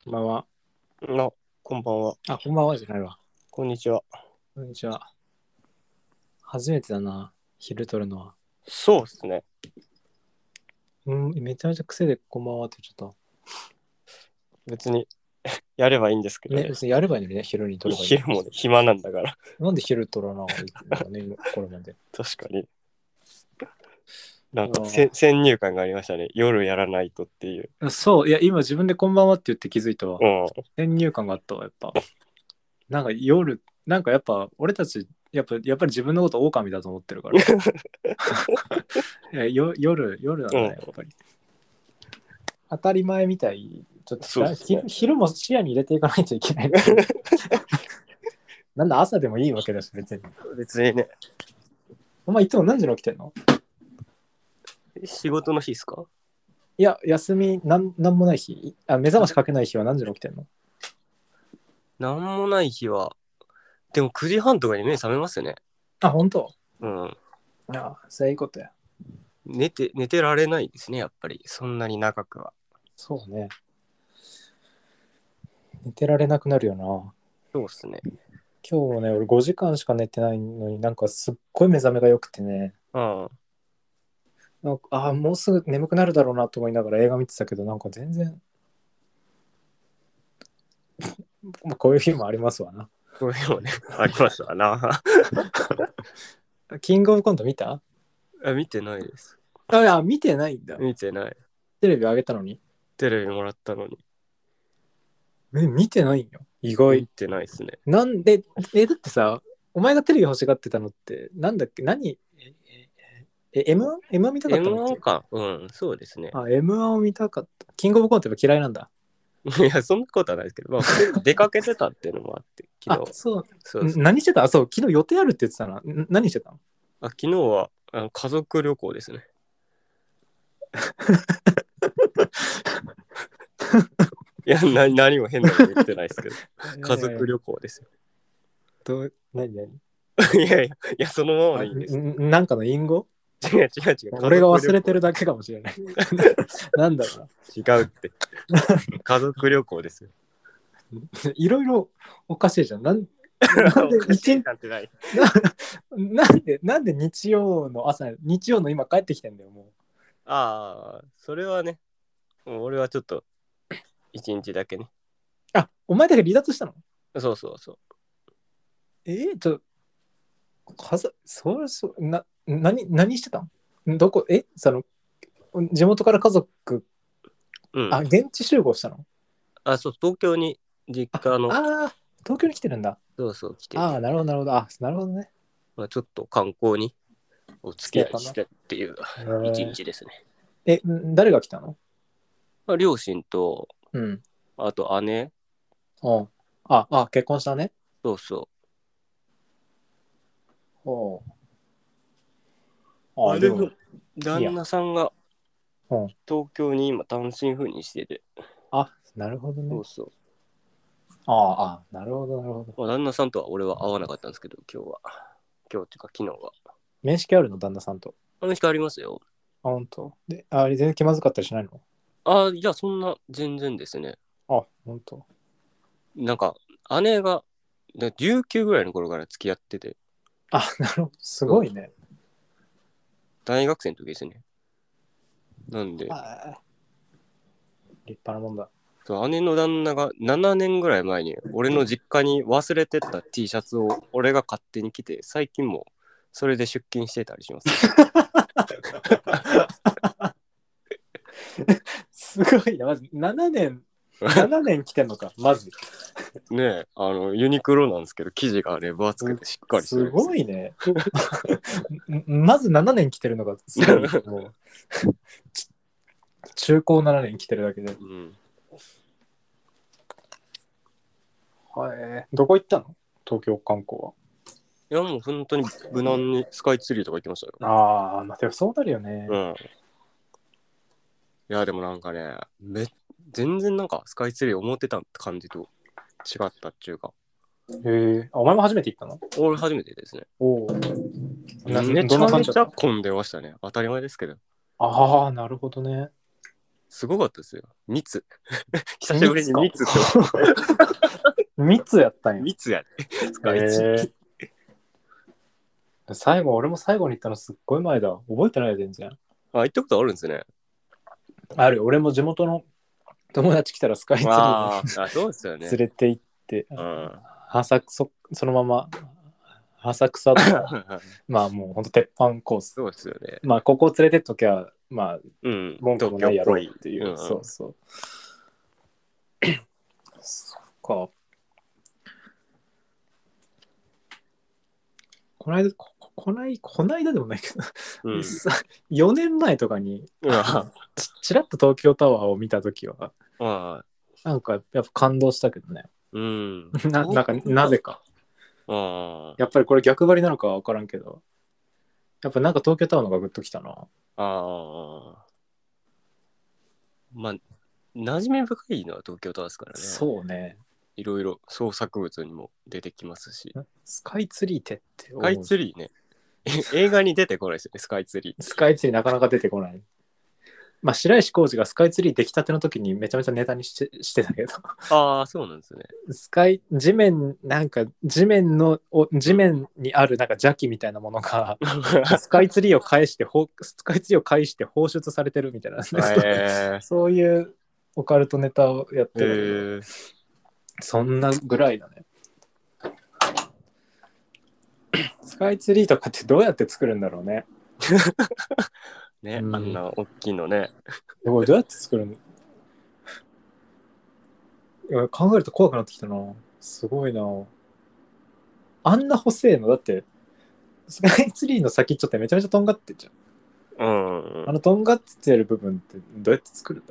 こんばんは。 こんばんは。 こんばんはじゃないわ。 こんにちは。 こんにちは。初めてだな、昼撮るのは。 そうですね。 めちゃめちゃ癖でこんばんはってちょっと。 別にやればいいんですけどね、 ね。 別にやればいいのにね、昼に撮ればいいのに。 昼もね、暇なんだから。 なんで昼撮らないのね、これまで。 確かに。なんかあ先入観がありましたね。夜やらないとっていう。 そう、いや、今自分でこんばんはって言って気づいたわ。 うん。 先入観があったわ、やっぱ。なんか夜、なんかやっぱ、俺たち、やっぱり自分のこと狼だと思ってるから。夜なんだね、やっぱり。当たり前みたい。ちょっとそうですね。 昼も視野に入れていかないといけない。なんだ朝でもいいわけだし、別に。 別にね。 お前いつも何時に起きてんの？ 仕事の日ですか？ いや、休みなんもない日。目覚ましかけない日は何時に起きてんの？ なんもない日は。でも9時半とかに目覚めますよね。 本当？ うん。 そういうことや。 寝てられないですね、やっぱり。そんなに長くは。 そうね。寝てられなくなるよな。 そうっすね。 今日もね、俺5時間しか寝てないのになんかすっごい目覚めが良くてね。 うん。 なんかもうすぐ眠くなるだろうなと思いながら映画見てたけど、なんか全然、こういう日もありますわな。 そういうのね、ありますわな。 キングオブコント見た？ 見てないです。 いや、見てないんだ。 見てない。 テレビ上げたのに。 テレビもらったのに。 見てないんよ。意見外。 てないですね。 なんで、だってさ、お前がテレビ欲しがってたのって、なんだっけ、M1 見たかったんだっ M1 け？ か。うん、そうですね。 M1 を見たかった。キングオブコントやっぱ嫌いなんだ。 いや、そんなことはないですけど、まあ、普通に出かけてたっていうのもあって、昨日。 そう。 そうそう。 何してた？そう、昨日予定あるって言ってたな。何してたの？ 昨日は家族旅行ですね。いや、何も変なこと言ってないですけど、家族旅行です何よ。いや、そのままでいいんです。 なんかの隠語？ 違う。 俺が忘れてるだけかもしれない。なんだろうな。 違うって。家族旅行ですよ。 いろいろおかしいじゃん。なんでおかしいなんてない。 なんで日曜の朝、日曜の今帰ってきてんだよ、もそれはね、もう俺はちょっと一日だけね。 う。お前だけ離脱したの？ そうそうそう。 何してたん？どこ、地元から家族、 うん。 現地集合したの？ そう、東京に実家の、 東京に来てるんだ。 そうそう、来てて、 なるほど、なるほど。なるほどね。 まあ、ちょっと観光にお付き合いしてっていう一え日ですね。 誰が来たの？ 両親と、 うん。 あと姉、 おう結婚したね。 そうそおう。 でも、 姉のいいや。 旦那さんがうん。 東京に今単身赴任してて、 なるほどね。 そうそう。 なるほど、なるほど。 まあ、旦那さんとは俺は会わなかったんですけど、今日は。今日っていうか昨日は。 面識あるの、旦那さんと？ 人ありますよ。 本当。で、あれ全然気まずかったりしないの？ じゃあそんな全然ですね。 本当。 なんか姉が19ぐらいの頃から付き合ってて、 なるほど。すごいね。 大学生の時ですね。なんで、 立派なもんだ。 姉の旦那が7年ぐらい前に俺の実家に忘れてった T シャツを俺が勝手に着て、最近もそれで出勤してたりします。 すごいな。まず7年来てんのか、まず。 ねえ、ユニクロなんですけど、生地がね、分厚くてしっかりしてるすんですよ。 ごいね。まず7年来てるのがすごい。もう中高7年来てるだけで。 うん。 どこ行ったの？東京観光は。 いや、もう本当に無難にスカイツリーとか行きましたよ。 でもそうなるよね。 うん。いや、でもなんかね、全然なんかスカイツリー思ってた感じと違ったっていうか。 お前も初めて行ったの？ 俺初めてですね。めちゃめちゃ混んでましたね。当たり前ですけど。 なるほどね。 すごかったですよ。密。久しぶりに密って密やったんや。 密やで。スカイツリー。 俺も最後に行ったのすっごい前だ。覚えてないよ、全然。 あ、行ったことあるんですね。 ある。俺も地元の友達来たらスカイツリーにそうですよね。 連れて行って、 うん、 そのまま浅草とか、まあもうほんと鉄板コース。 そうですよね。 まあここ連れてっときゃ、まあ、 うん、 文句もないやろうっていう。 東京っぽい。 そうそう。そっか。この間でもないけど、 うん、 4年前とかにちらっと東京タワーを見たときは、なんかやっぱ感動したけどね。 うん。 なんかなぜか。やっぱりこれ逆張りなのかは分からんけど、やっぱなんか東京タワーのがグッときたな。 まあ、馴染み深いのは東京タワーですからね。 そうね。 いろいろ創作物にも出てきますし。 スカイツリーってスカイツリーね。映画に出てこないですよね、スカイツリー。 スカイツリーなかなか出てこない。まあ白石浩二がスカイツリー出来たての時にめちゃめちゃネタにしてたけど。 そうなんですね。 地面にあるなんか邪気みたいなものがスカイツリーを介して放出されてるみたいな、そういうオカルトネタをやってる、そんなぐらいだね。スカイツリーとかってどうやって作るんだろうね。 ね、あんな大きいのね。 でもどうやって作るの？いや考えると怖くなってきたな。すごいな。あんな細いのだってスカイツリーの先っちょってめちゃめちゃとんがってんじゃん。あのとんがってる部分ってどうやって作るんだ？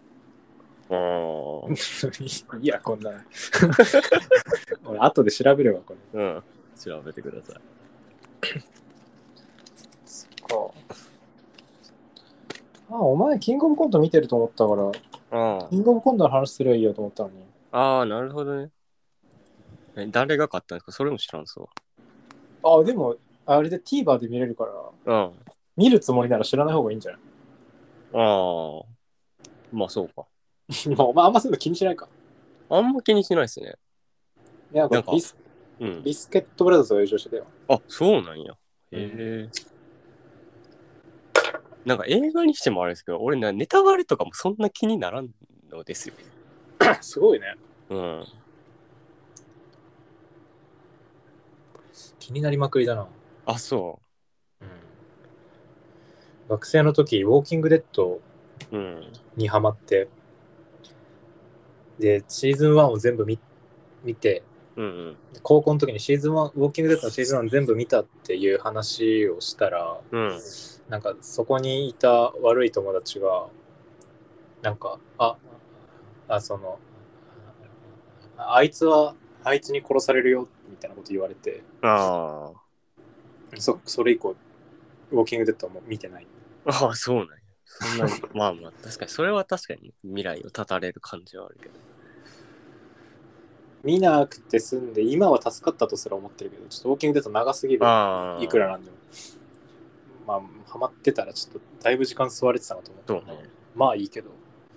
いやこんな俺後で調べればこれ。 調べてください。 そっか。お前キングオブコント見てると思ったから、キングオブコントの話すればいいよと思ったのに。 なるほどね。誰が勝ったんですか？それも知らんそう。 でもあれで TVer で見れるから、見るつもりなら知らない方がいいんじゃない？ まあそうか。 お前あんまそういうの気にしないか？ あんま気にしないですね。 なんかビスケットブラザーズが優勝してたよ。 そうなんや。なんか映画にしてもあれですけど、俺ネタバレとかもそんな気にならんのですよ。 すごいね。気になりまくりだな。 そう。 学生の時ウォーキングデッドにハマって、でシーズン1を全部見て、高校の時にシーズン1ウォーキングデッドのシーズン1全部見たっていう話をしたら、なんかそこにいた悪い友達がなんかあいつに殺されるよみたいなこと言われて、それ以降ウォーキングデッドはもう見てない。 そうなんや。そんなにまあ確かにそれは確かに未来を絶たれる感じはあるけど、 見なくて済んで今は助かったとすら思ってるけど、ちょっとウォーキングデッド長すぎる。いくらなんでもまあハマってたらちょっとだいぶ時間吸われてたなと思って、まあいいけど。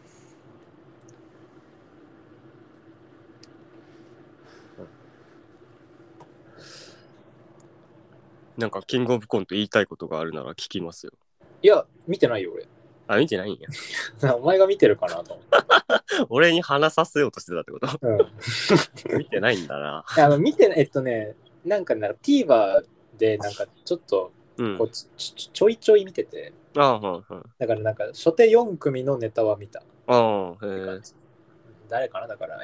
なんかキングオブコント言いたいことがあるなら聞きますよ。 いや見てないよ俺。 見てないんや。 お前が見てるかなと思って俺に話させようとしてたってこと？見てないんだな。 見てなんかTVer でなんかちょっとこうちょいちょい見てて、だからなんか初手4組のネタは見た。誰かな？だから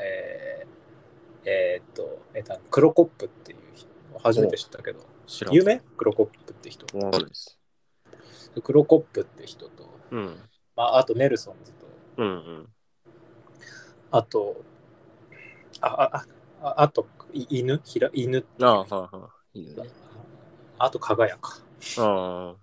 クロコップっていう人初めて知ったけど、有名？クロコップって人。クロコップって人と、あとネルソンズと、あと犬あと輝かは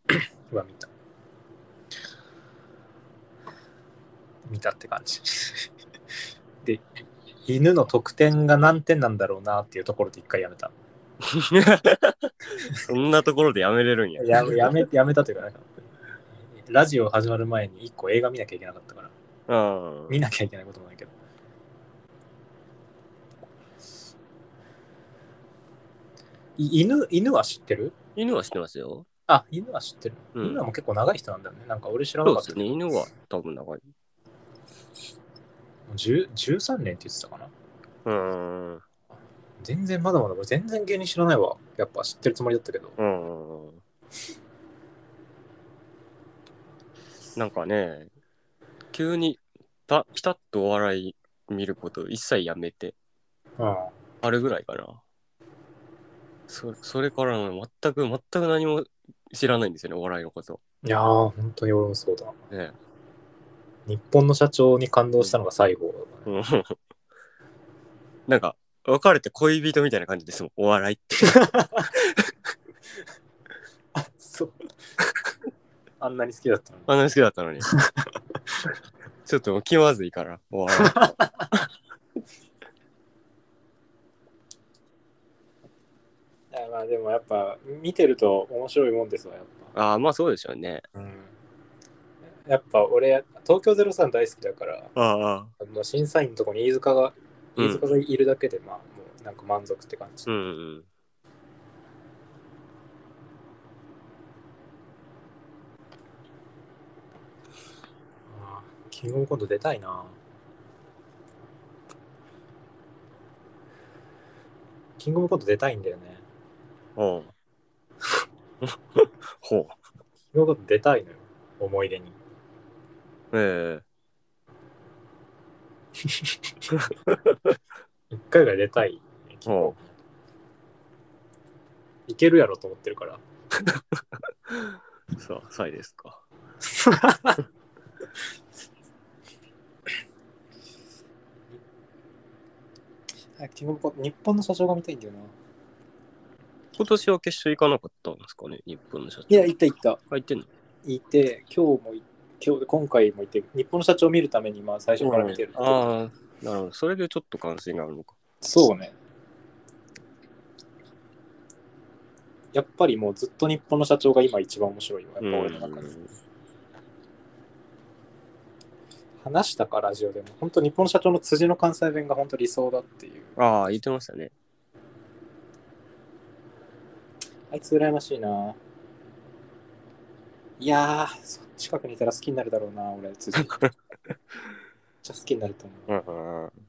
見たって感じで、犬の得点が何点なんだろうなっていうところで一回やめた。そんなところでやめれるんや。 やめたというか、 ラジオ始まる前に1個映画見なきゃいけなかったからあ見なきゃいけないこともないけど。犬は知ってる？ 犬は知ってますよ。 あ、犬は知ってる。 うん犬はもう結構長い人なんだよね。なんか俺知らなかったけど。 そうですね。犬は多分長い。 13年って言ってたかな。全然まだまだ全然芸人知らないわ。やっぱ知ってるつもりだったけど。 なんかね、急にピタッとお笑い見ること一切やめて、あるぐらいかな。それから全く何も知らないんですよね、お笑いのこと。 いやー、本当に俺もそうだ。 ね、 日本の社長に感動したのが最後、 ね。なんか、別れて恋人みたいな感じですもん、お笑いって。 あ、そう。あんなに好きだったのに。 あんなに好きだったのに。ちょっともう気まずいから、お笑い。 まあでもやっぱ見てると面白いもんですわ、やっぱ。 ああ、まあそうでしょうね。 やっぱ俺、東京03大好きだから、 あ審査員のとこに飯塚がいるだけで、まあもうなんか満足って感じ。キングオブコント出たいな。キングオブコント出たいんだよね。 ほう。 キングオブコント出たいのよ、思い出に。一回ぐらい出たい。いけるやろと思ってるから。 さあ、サイですか。 日本の社長が見たいんだよな。 今年は決勝行かなかったんですかね、日本の社長。 いや、行った。 行ってんの？ いて、今回もいて、日本の社長を見るために最初から見てる。 ああ、なるほど。それでちょっと関心があるのか。 そうね。やっぱりもうずっと日本の社長が今一番面白いよ。やっぱ俺の中で。話したかラジオでも本当日本の社長の辻の関西弁が本当理想だっていう。 ああ、言ってましたね。 あいつ羨ましいな。いやー、近くにいたら好きになるだろうな、俺、辻。めっちゃ好きになると思う。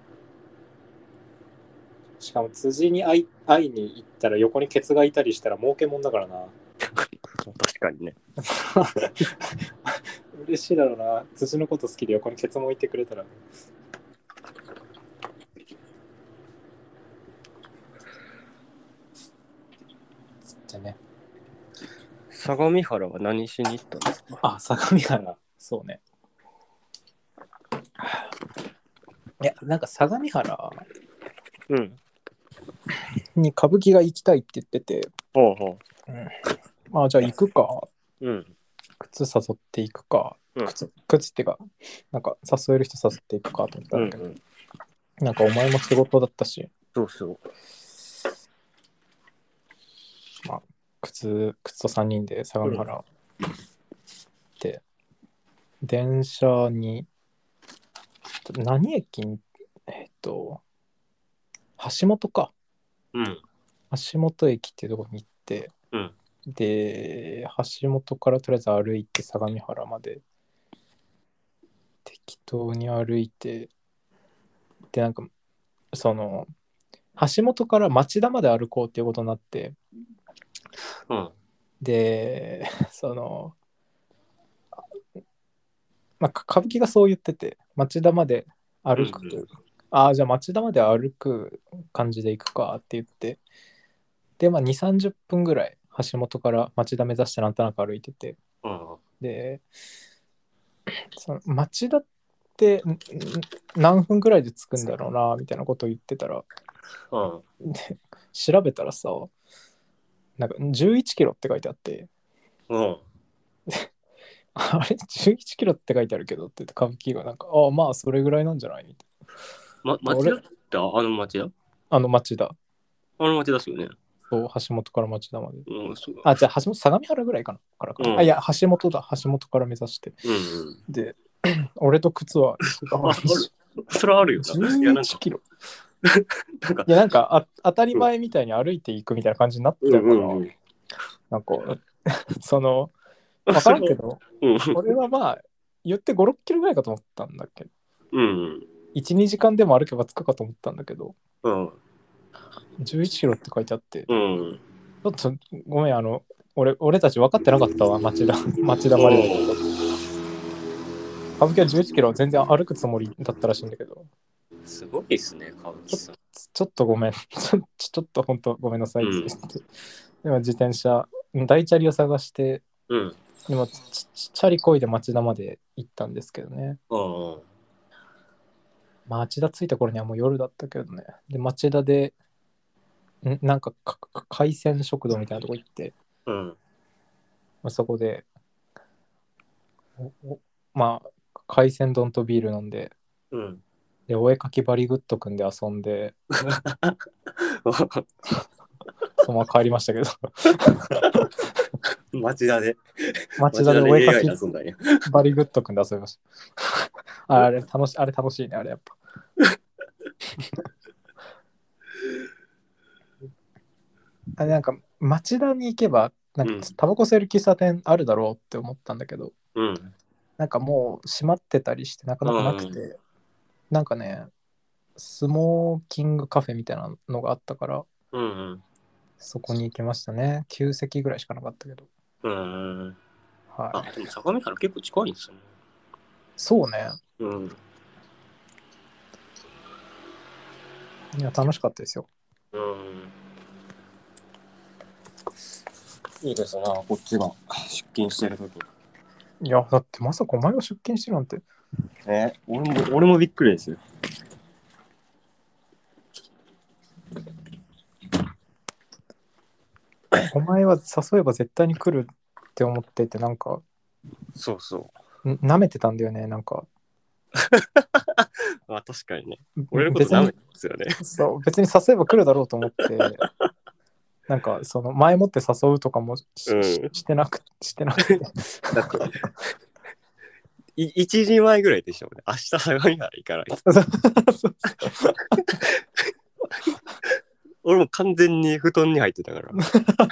しかも辻に会いに行ったら横にケツがいたりしたら儲けもんだからな。 確かにね。 嬉しいだろうな。辻のこと好きで横にケツもいてくれたら。つってね。 相模原は何しに行ったんですか？ あ、相模原。そうね。いや、なんか相模原に歌舞伎が行きたいって言ってて、まあじゃあ行くか。靴誘っていくか。靴ってか、なんか誘える人誘っていくかと思ったんだけど、なんかお前も仕事だったし。 そうそう。 まあ、靴と3人で相模原行って、電車に、何駅に、橋本か。橋本駅っていうところに行って、で、橋本からとりあえず歩いて相模原まで適当に歩いて、で、なんか、その、橋本から町田まで歩こうっていうことになって、で、その、まあ、歌舞伎がそう言ってて、町田まで歩く。じゃあ町田まで歩く感じで行くかって言って、で、まあ、2、30分ぐらい橋本から町田目指してなんとなく歩いてて、で、その町田って何分ぐらいで着くんだろうなみたいなことを言ってたら、で調べたらさ、なんか11キロって書いてあって、あれ11キロって書いてあるけどって言って歌舞伎がなんか、まあそれぐらいなんじゃないみたいな。 町田ってあの町田？ あの町田。 あの町田ですよね。 そう、橋本から町田まで。 そうあ、じゃあ橋本、相模原ぐらいかなからかな、あ、いや、橋本だ。橋本から目指して。で、俺と靴は、 それはあるよな。 11キロ。いや、なんか当たり前みたいに歩いていくみたいな感じになってたから、なんか、わからんけど、俺はまあ、言って5、6キロぐらいかと思ったんだけど、1、2時間でも歩けば着くかと思ったんだけど、11キロって書いてあって、ちょっとごめん、俺たち分かってなかったわ、町田までのこと。歌舞伎は11キロ全然歩くつもりだったらしいんだけど。 すごいっすね、歌舞伎さん。 ちょっとごめん。ちょっと本当ごめんなさいって言って。でも自転車、大チャリを探して、今チャリこいで町田まで行ったんですけどね。町田着いた頃にはもう夜だったけどね。で、町田で、なんか海鮮食堂みたいなとこ行って、そこで、まあ、海鮮丼とビール飲んで、で、お絵かきバリグッド組んで遊んで、そのまま帰りましたけど。 町田でお絵かきバリグッド組んで遊びました。あれ楽しいね、あれやっぱ。なんか町田に行けばなんかタバコ吸える喫茶店あるだろうって思ったんだけど、なんかもう閉まってたりしてなかなかなくて、なんかねスモーキングカフェみたいなのがあったから、そこに行きましたね。9席ぐらいしかなかったけど。 はい。でも相模原結構近いんですよね。 そうね。いや楽しかったですよ。 いいですな、こっちが出勤してるとき。 いや、だってまさかお前が出勤してるなんて。 俺もびっくりですよ。 お前は誘えば絶対に来るって思ってて、なんか、 なめてたんだよね、なんか。 まあ確かにね。俺のことなめてますよね。 そう、別に誘えば来るだろうと思って、なんかその前もって誘うとかもしてなくて。だって 1時前ぐらいでしょうね。明日相模原行かない。俺も完全に布団に入ってたから。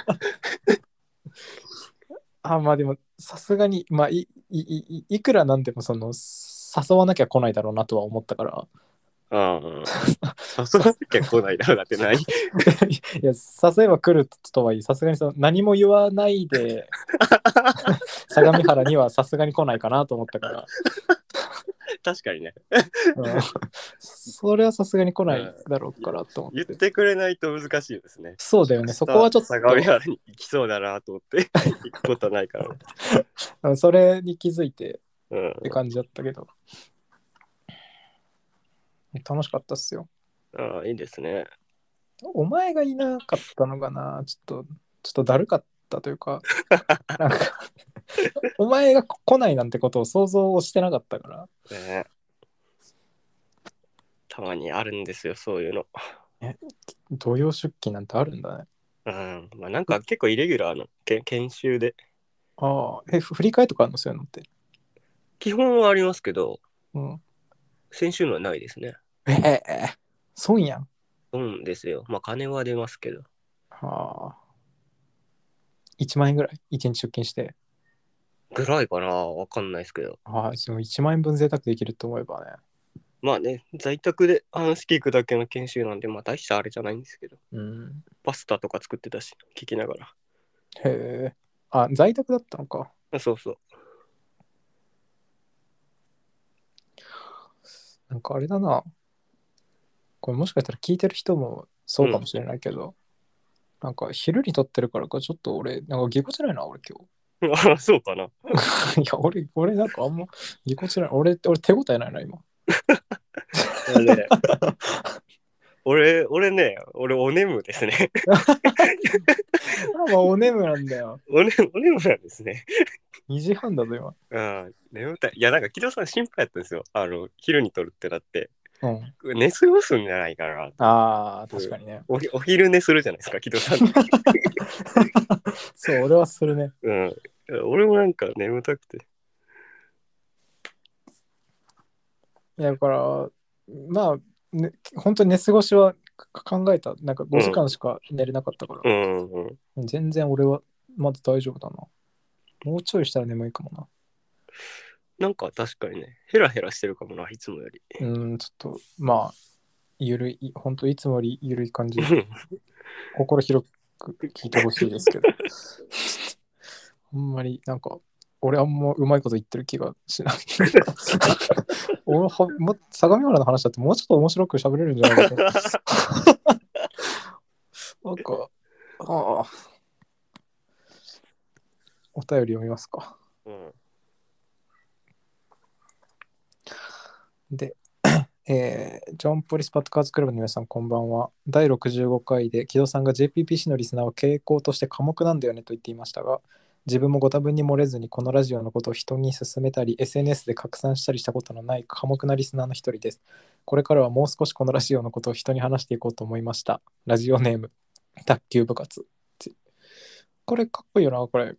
まあでもさすがにまあいくらなんでもその誘わなきゃ来ないだろうなとは思ったから。 誘わなきゃ来ないだろうなってない。いや誘えば来るとはいえ、さすがにその何も言わないで相模原にはさすがに来ないかなと思ったから。 確かにね。 それはさすがに来ないだろうからと思って。 言ってくれないと難しいですね。 そうだよね。そこはちょっと相模原に行きそうだなと思って行くことはないから、 ね。それに気づいてって感じだったけど。楽しかったっすよ。 いいですね。 お前がいなかったのがな、ちょっとだるかったというか、なんかお前が来ないなんてことを想像してなかったから。 たまにあるんですよ、そういうの。 土曜出勤なんてあるんだね。 まあなんか結構イレギュラーの研修で。 振り替えとかあるのそういうのって。 基本はありますけど、先週のはないですね。 損やん。 損ですよ。まあ金は出ますけど。 1万円ぐらい ?1 日出勤して。 ぐらいかな、わかんないですけど。 でも1万円分贅沢できると思えばね。 まあね、在宅で話聞くだけの研修なんで、まあ大したあれじゃないんですけど。パスタとか作ってたし、聞きながら。 へえ。在宅だったのか。 そうそう。 なんかあれだな。これもしかしたら聞いてる人もそうかもしれないけど、なんか昼に撮ってるからかちょっと俺、なんかぎこちないな、俺今日。そうかな。いや、俺なんかあんまぎこちない。俺手応えないな、今。 俺お眠ですね。 お眠なんだよ。 お眠なんですね。 2時半だぞ、今。 眠たい。いや、なんか木戸さん心配やったんですよ。昼に撮るってなって。 寝過ごすんじゃないかな。 ああ、確かにね。 お昼寝するじゃないですか、木戸さん。 そう、俺はするね。 うん。俺もなんか眠たくて。 いやだから、まあ、ね、本当に寝過ごしは考えた。なんか5時間しか寝れなかったから、全然俺はまだ大丈夫だな。もうちょいしたら眠いかもな。 なんか確かにね、ヘラヘラしてるかもな、いつもより。 ちょっと、まあ、ゆるい、本当いつもよりゆるい感じで、心広く聞いてほしいですけど、あんまり、なんか、俺あんまうまいこと言ってる気がしない。俺は相模原の話だってもうちょっと面白く喋れるんじゃないかと。なんか、ああ。お便り読みますか。で、ジョン・ポリス・パッドカーズクラブの皆さんこんばんは。第65回で木戸さんが JPPC のリスナーは傾向として寡黙なんだよねと言っていましたが、自分もご多分に漏れずにこのラジオのことを人に勧めたり SNS で拡散したりしたことのない寡黙なリスナーの一人です。これからはもう少しこのラジオのことを人に話していこうと思いました。ラジオネーム卓球部活。これかっこいいよな、これ。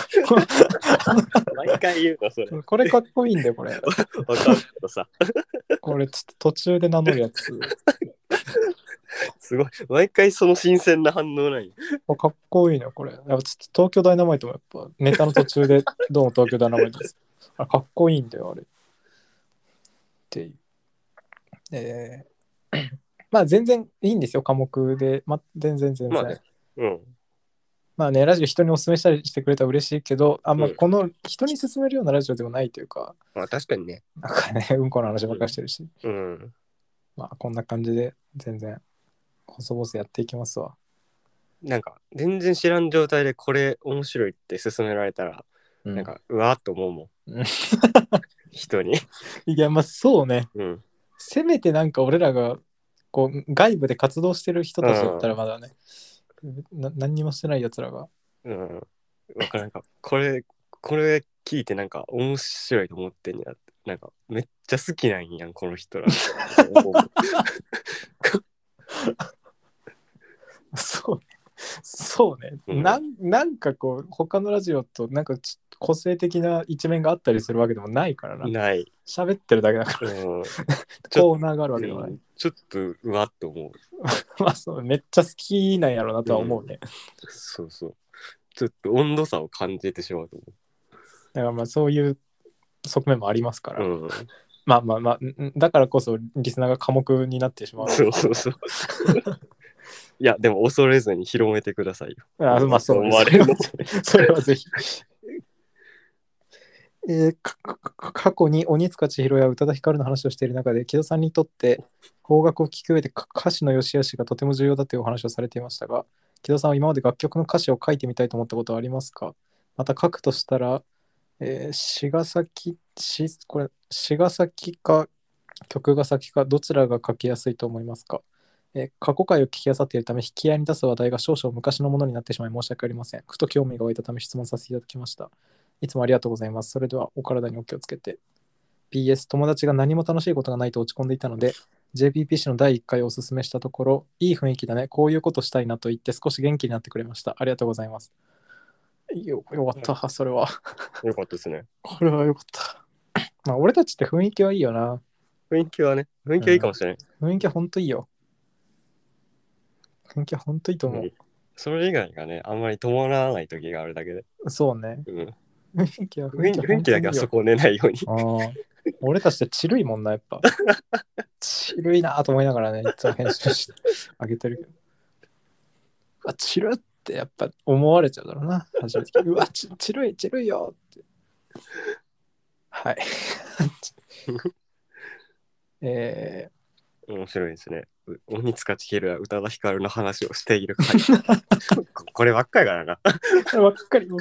毎回言うの、それ。 これかっこいいんだよ、これ。 わかるけどさ。 これ、ちょっと途中で名乗るやつ。 すごい。毎回その新鮮な反応ない。 かっこいいね、これ。やっぱちょっと東京ダイナマイトもやっぱネタの途中で、どうも東京ダイナマイトです。かっこいいんだよ、あれ。っていう。まあ全然いいんですよ、科目で。全然。 まあね。 まあね、ラジオ人にお勧めしたりしてくれたら嬉しいけど、この人に勧めるようなラジオでもないというか、 まあ確かにね。 なんかね、うんこの話ばっかりしてるし。まあこんな感じで全然細々やっていきますわ。 なんか全然知らん状態でこれ面白いって勧められたら、なんかうわーっと思うもん。人に。 いや、まあそうね。せめてなんか俺らがこう外部で活動してる人たちだったらまだね、何にもしてないやつらが。 なんかこれ聞いてなんか面白いと思ってんやって。なんかめっちゃ好きなんやん、この人ら。 そうね、なんかこう他のラジオとなんか個性的な一面があったりするわけでもないからな。 ない。 喋ってるだけだから、コーナーがあるわけでもない。 ちょっとうわっと思う。 まあそう、めっちゃ好きなんやろうなとは思うね。 そうそう。ちょっと温度差を感じてしまうと思う。 だからまあそういう側面もありますから。まあだからこそリスナーが寡黙になってしまう。 そう。いやでも恐れずに広めてくださいよ。 まあそう思われるの。それはぜひ。過去に鬼塚千尋や宇多田ヒカルの話をしている中で木戸さんにとって邦楽を聴く上で歌詞の良し悪しがとても重要だというお話をされていましたが、木戸さんは今まで楽曲の歌詞を書いてみたいと思ったことはありますか？また書くとしたら、詩が先か曲が先かどちらが書きやすいと思いますか？過去回を聞きあさっているため引き合いに出す話題が少々昔のものになってしまい申し訳ありません。ふと興味が湧いたため質問させていただきました。いつもありがとうございます。それではお体にお気をつけて。PS、友達が何も楽しいことがないと落ち込んでいたので JPPC の第1回をおすすめしたところ、いい雰囲気だね、こういうことしたいなと言って少し元気になってくれました。ありがとうございます。よかった、それは。 よかったですね。 これはよかった。まあ俺たちって雰囲気はいいよな。 雰囲気はいいかもしれない。 雰囲気はほんといいよ。雰囲気はほんといいと思う。 それ以外がね、あんまり伴わない時があるだけで。 そうね。雰囲気だけはそこを寝ないように。 俺たちってチルいもんな、やっぱ。チルいなと思いながらね、いつも編集してあげてるけど。チルってやっぱ思われちゃうだろうな。初めてうわ、チルいよって。はい。 面白いですね。鬼塚千尋や宇多田ヒカルの話をしている回。こればっかりからな。 こればっかり。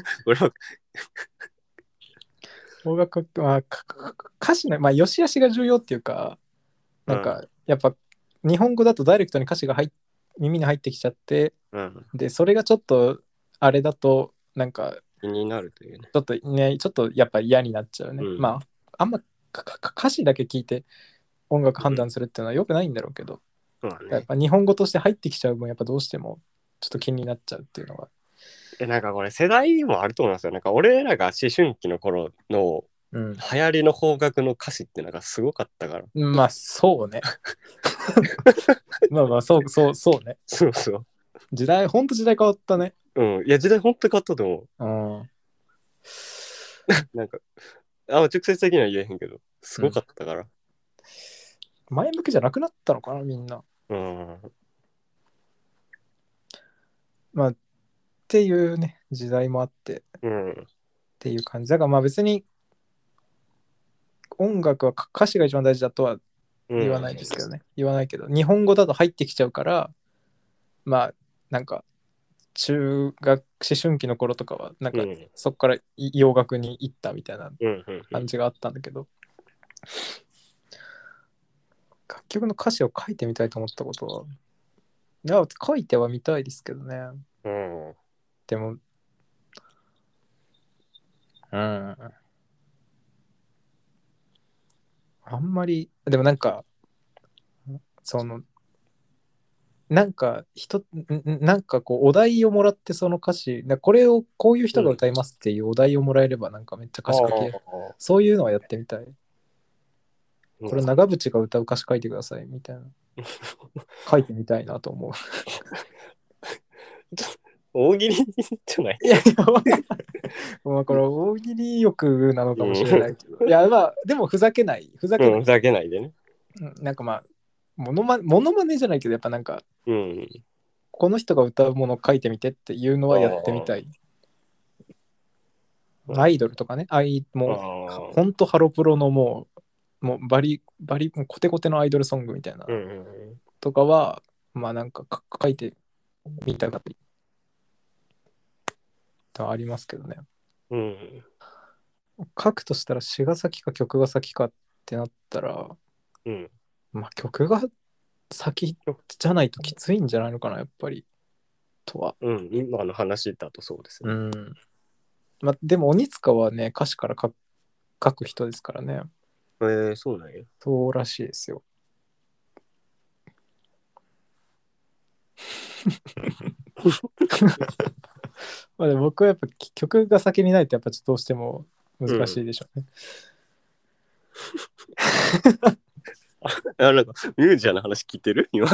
歌詞の、まあ、よしあしが重要っていうか、なんか、やっぱ、日本語だとダイレクトに歌詞が耳に入ってきちゃって、で、それがちょっと、あれだと、なんか、 気になるというね。 ちょっとやっぱ嫌になっちゃうね。まあ、あんま歌詞だけ聞いて、 音楽判断するっていうのは良くないんだろうけど、 そうだね。 やっぱ日本語として入ってきちゃう分、やっぱどうしてもちょっと気になっちゃうっていうのが。 なんかこれ世代もあると思いますよ。なんか俺らが思春期の頃のうん。 流行りの邦楽の歌詞ってなんかすごかったから。 まあそうね。まあまあそうね。 そうそう。 ほんと時代変わったね。 うん。いや、時代ほんと変わったと思うん。 う。なんか、直接的には言えへんけど、すごかったから。 前向きじゃなくなったのかな、みんな。 うん。 まあっていうね、時代もあってっうん。 ていう感じ。だからまあ別に音楽は歌詞が一番大事だとは言わないですけどね。言わないけど、日本語だと入ってきちゃうから、まあなんか中学思春期の頃とかはなんかそこから洋楽に行ったみたいな感じがあったんだけど、楽曲の歌詞を書いてみたいと思ったことは、いや書いてはみたいですけどね。 うん。 でもあんまりでもなんかそのなんかなんかこうお題をもらってその歌詞これをこういう人が歌いますっていうお題をもらえればなんかめっちゃ歌詞書ける、そういうのはやってみたい。これ長渕が歌う歌詞書いてくださいみたいな書いてみたいなと思う。 大喜利じゃない。 いやいやまあこれ大喜利欲なのかもしれないけど、いやまあでもふざけないふざけないでね。 なんかまあモノマネじゃないけどやっぱなんか、この人が歌うものを書いてみてっていうのはやってみたい。アイドルとかね、もうほんとハロプロのもうバリコテコテのアイドルソングみたいな、とかはまあなんか書いてみたかったりとありますけどね。書くとしたら詩が先か曲が先かってなったら、まあ曲が先じゃないときついんじゃないのかなやっぱりとは。 今の話だとそうですね。 まあでも鬼塚はね歌詞から書く人ですからね。 そうなんや。 そうらしいですよ。まあでも僕はやっぱ曲が先にないとやっぱちょっとどうしても難しいでしょうね。 なんかミュージシャンの話聞いてる今。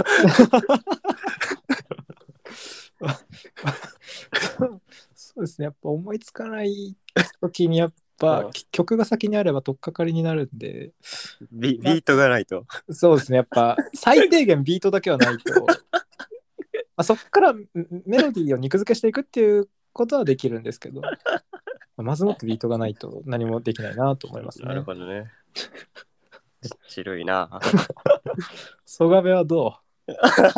そうですね。やっぱ思いつかない時にやっぱ曲が先にあれば取っかかりになるんで。 ビートがないと。 そうですね。やっぱ最低限ビートだけはないと。そっからメロディーを肉付けしていくっていうことはできるんですけど、まずもってビートがないと何もできないなと思いますね。 なるほどね。白いな。 曽我部はどう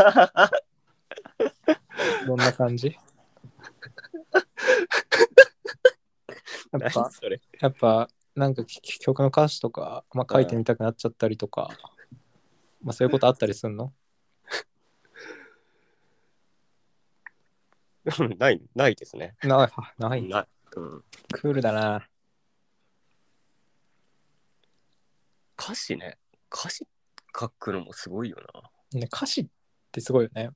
どんな感じやっぱなんか曲の歌詞とか、まあ、書いてみたくなっちゃったりとか、まあ、そういうことあったりすんのないですね。 ない。クールだな。 歌詞書くのもすごいよな。ね、歌詞ってすごいよね。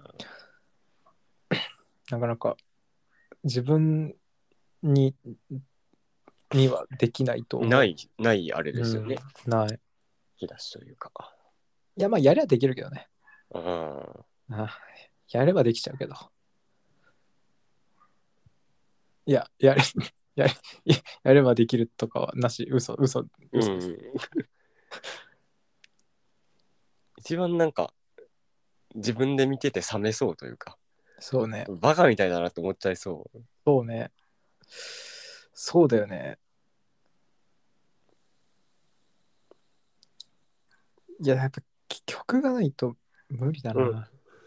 なかなか自分にはできないと思う。 ないあれですよね。 ない。 引き出しというか。 いや、まあやればできるけどね。やればできちゃうけど。いや、やればできるとかはなし、嘘です。 一番なんか自分で見てて冷めそうというか。 そうね。 バカみたいだなと思っちゃいそう。 そうね。そうだよね。いや、やっぱ曲がないと無理だな。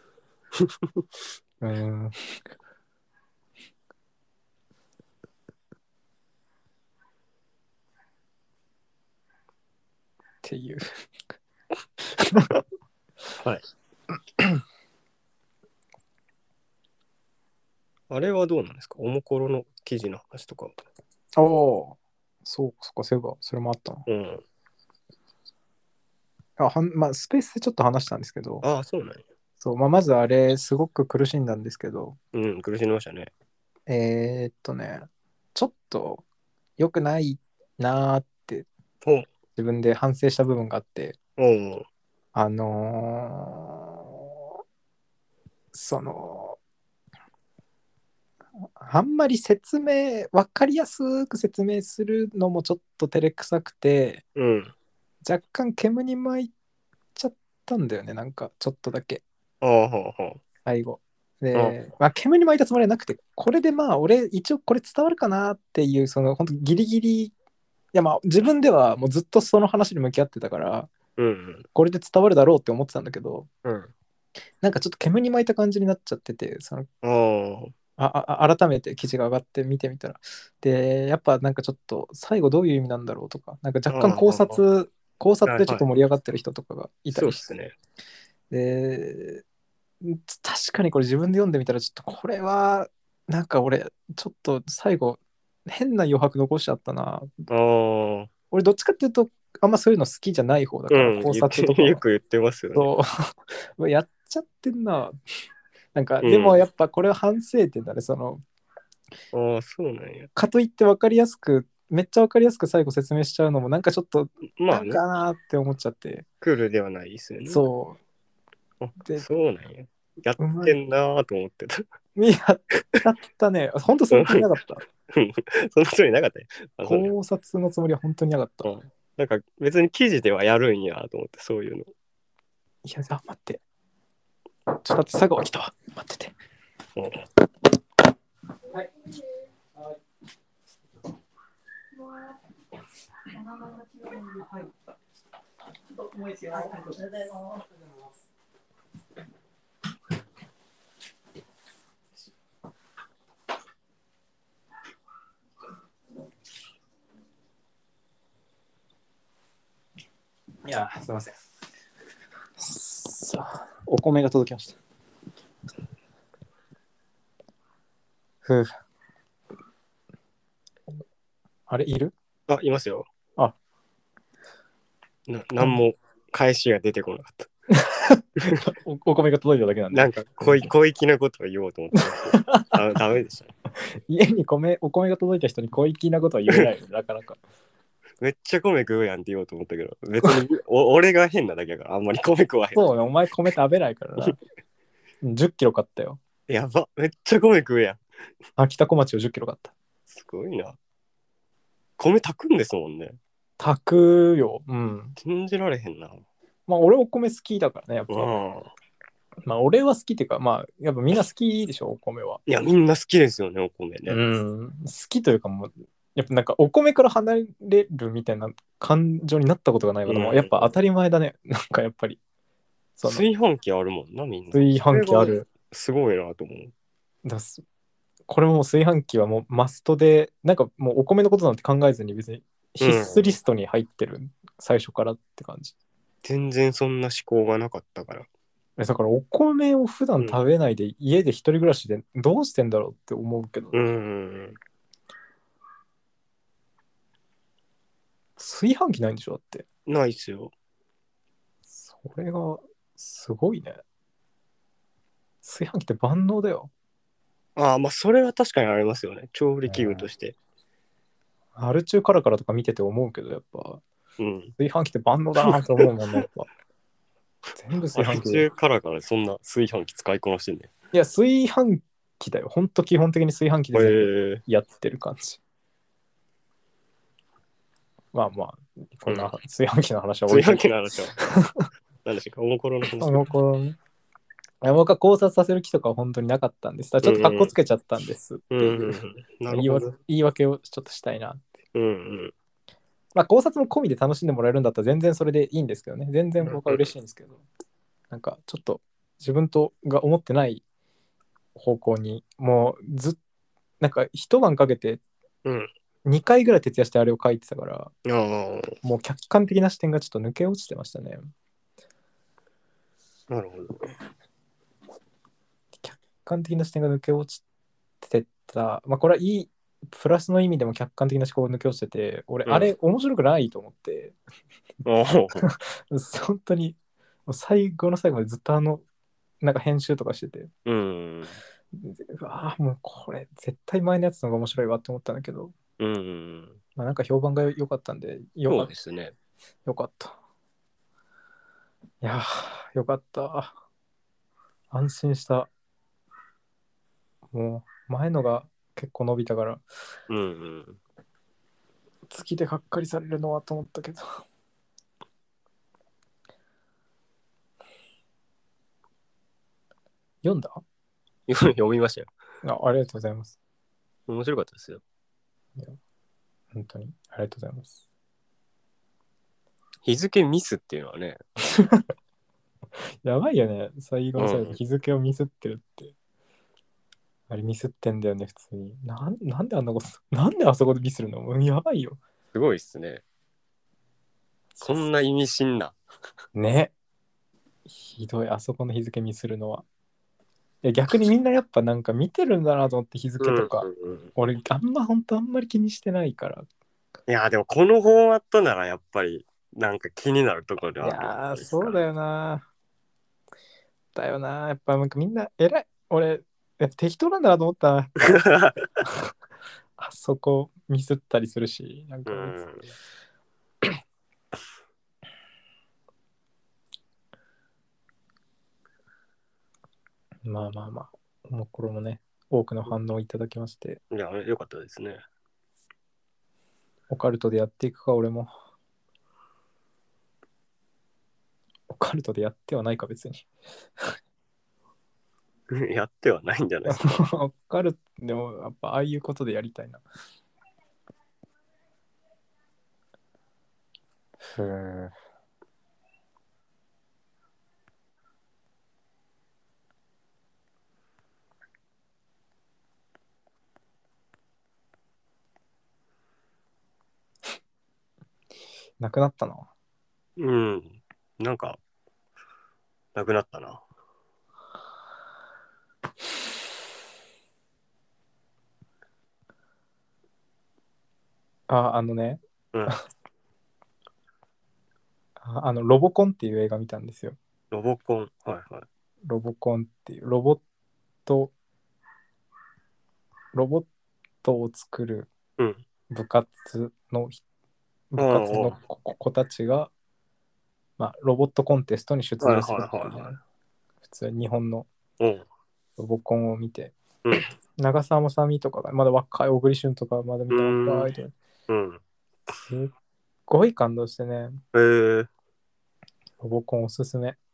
っていうはい。あれはどうなんですか？おもころの記事の話とか。 おお、そうか、そういえばそれもあったな。 まあ、スペースでちょっと話したんですけど、 ああ、そうなんや。 そう、まあ、まずあれ、すごく苦しんだんですけど、 うん、苦しみましたね。 ね、ちょっと良くないなーってほう。 自分で反省した部分があって、 おう。 あのその、あんまり分かりやすく説明するのもちょっと照れくさくて、 うん。 若干煙に巻いちゃったんだよね、なんかちょっとだけ、 ああ、ほうほう。 最後。 あで、まあ、煙に巻いたつもりはなくて、これでまあ、俺、一応これ伝わるかなっていう、本当ギリギリ、いやまあ、自分ではもうずっとその話に向き合ってたから、 うん。 これで伝わるだろうって思ってたんだけど、 うん。 なんかちょっと煙に巻いた感じになっちゃってて、 ああ。 改めて記事が上がって見てみたら。で、やっぱなんかちょっと最後どういう意味なんだろうとか、なんか若干ああ。 考察でちょっはいはい。 と盛り上がってる人とかがいたりして。 そうっすね。 で、確かにこれ自分で読んでみたら、ちょっとこれは、なんか俺、ちょっと最後、変な余白残しちゃったな。 ああ。 俺どっちかっていうと、あんまそういうの好きじゃない方だから、 うん。 考察とかは。 よく言ってますよね。 そう、やっちゃってんな。なんか、 うん。 でもやっぱこれは反省点だね。 ああ、そうなんや。 かといって分かりやすく、めっちゃ分かりやすく最後説明しちゃうのも、なんかちょっと、なんまあね。 かなーって思っちゃって。 クールではないですよね。 そあ、 う。で、 そうなんや。やっうまい。 てんなーと思ってた。 やっちゃったね。本当その気なかった。 そんなつもりなかったよ。あ、そうね。 考察のつもりは本当になかった。 うん。なんか別に記事ではやるんやと思って、そういうの。 いや、待って。ちょっと待って、佐川来たわ。待ってて。 うん。 はい。もういいですよ。ありがとうございます。いや、すみません。さあ、お米が届きました。ふう。あれ、いる？ あ、いますよ。 あ、 なんも返しが出てこなかった。 お米が届いただけなんで。 なんか小粋なことを言おうと思ってダメでしたね。 家にお米が届いた人に小粋なことは言えないよ、なかなか。 めっちゃ米食うやんって言おうと思ったけど、別に俺が変なだけやからあんまり米食わへん。 そうね、お前米食べないからな。10キロ買ったよ。 やば、めっちゃ米食うやん。 秋田小町を10キロ買った。 すごいな。米炊くんですもんね。 炊くよ。うん。 信じられへんな。 まあ、俺お米好きだからね、やっうぱ。 ん。 まあ、俺は好きっていうか、まあ、やっぱみんな好きでしょ、お米は。 いや、みんな好きですよね、お米うね。 ん。好きというか、もう、やっぱなんかお米から離れるみたいな感情になったことがないから、もうやっぱ当たり前だね。なんかやっぱり、 炊飯器あるもんな、みんな。 炊飯器ある。 すごいなと思う。 だすこれも炊飯器はもうマストで、なんかもうお米のことなんて考えずに別に必須リストに入ってる、最初からって感じ。 全然そんな思考がなかったから。 だからお米を普段食べないで家で一人暮らしでどうしてんだろうって思うけど、炊飯器ないんでしょだって。 ないっすよ。 それがすごいね。炊飯器って万能だよ。 ああ、まあそれは確かにありますよね。調理器具として。 アル中カラカラとか見てて思うけど、やっぱうん。 炊飯器って万能だなと思うもんね、やっぱ。全部あれ炊飯器で。 中からそんな炊飯器使いこなしてんね。 いや、炊飯器だよ。ほんと基本的に炊飯器で全部やってる感じ。まあまあ、こんな炊飯器の話は置い炊といて。 飯器の話は。何でしたか、おもころの話。 僕は考察させる気とかは本当になかったんです。ちょっとカッコつけちゃったんですっていう言い訳をちょっとしたいなって。まあ考察も込みで楽しんでもらえるんだったら全然それでいいんですけどね。全然僕は嬉しいんですけど。なんかちょっと自分が思ってない方向にもうなんか一晩かけて2回ぐらい徹夜してあれを書いてたから、もう客観的な視点がちょっと抜け落ちてましたね。 なるほど。 客観的な視点が抜け落ちてた。まあこれはいいプラスの意味でも客観的な思考を抜け落ちてて、俺、 うんあれ面白くないと思って、 おー本当に、もう最後の最後までずっとなんか編集とかしてて、 うん。 うわもうこれ絶対前のやつの方が面白いわって思ったんだけど、 うん。 まあなんか評判が良かったんで、 そうですね。 よかった。いやよかった。安心した。もう前のが結構伸びたから、 うんうん。 次でがっかりされるのはと思ったけど。読んだ？ 読みましたよ。 ありがとうございます。 面白かったですよ。 いや本当にありがとうございます。 日付ミスっていうのはね。 やばいよね。最後の最後、 うん日付をミスってるって。あれミスってんだよね、普通に。なんであんなこと、なんであそこでミスるの？もうやばいよ。 すごいっすね。こんな意味深な。 ね。ひどい、あそこの日付ミスるのは。いや逆にみんなやっぱなんか見てるんだなと思って日付とか。 うん。 俺、あんまり気にしてないから。 いや、でもこのフォーマットならやっぱりなんか気になるところでいはあるじゃやー、 ないですか。 そうだよな。だよな。やっぱなんかみんな偉い。俺、やっぱ適当なんだなと思ったな。あそこミスったりするし、なんうか別に。 ん。 まあまあまあ、もうこれもね、多くの反応をいただきまして、 いや、よかったですね。 オカルトでやっていくか、俺も。オカルトでやってはないか、別に。 やってはないんじゃないですか。 オカルト、でもやっぱああいうことでやりたいな。ふぅ。なくなったな。 うん。なんか、なくなったな。 あのね、 うん。 ロボコンっていう映画見たんですよ。 ロボコン。はいはい。 ロボコンっていう、ト、ロボットを作るうん。 部活の、 あ部活の子たちが、まあ、ロボットコンテストに出あ、はい場するはいはいはっていう、普通に日本のい。うん。 ロボコンを見て、 うん。 長澤まさみとかが、まだ若い、小栗旬とかまだ見たうーん。 若いとか、 うん。 すっごい感動してね、 えー、 ロボコンおすすめ。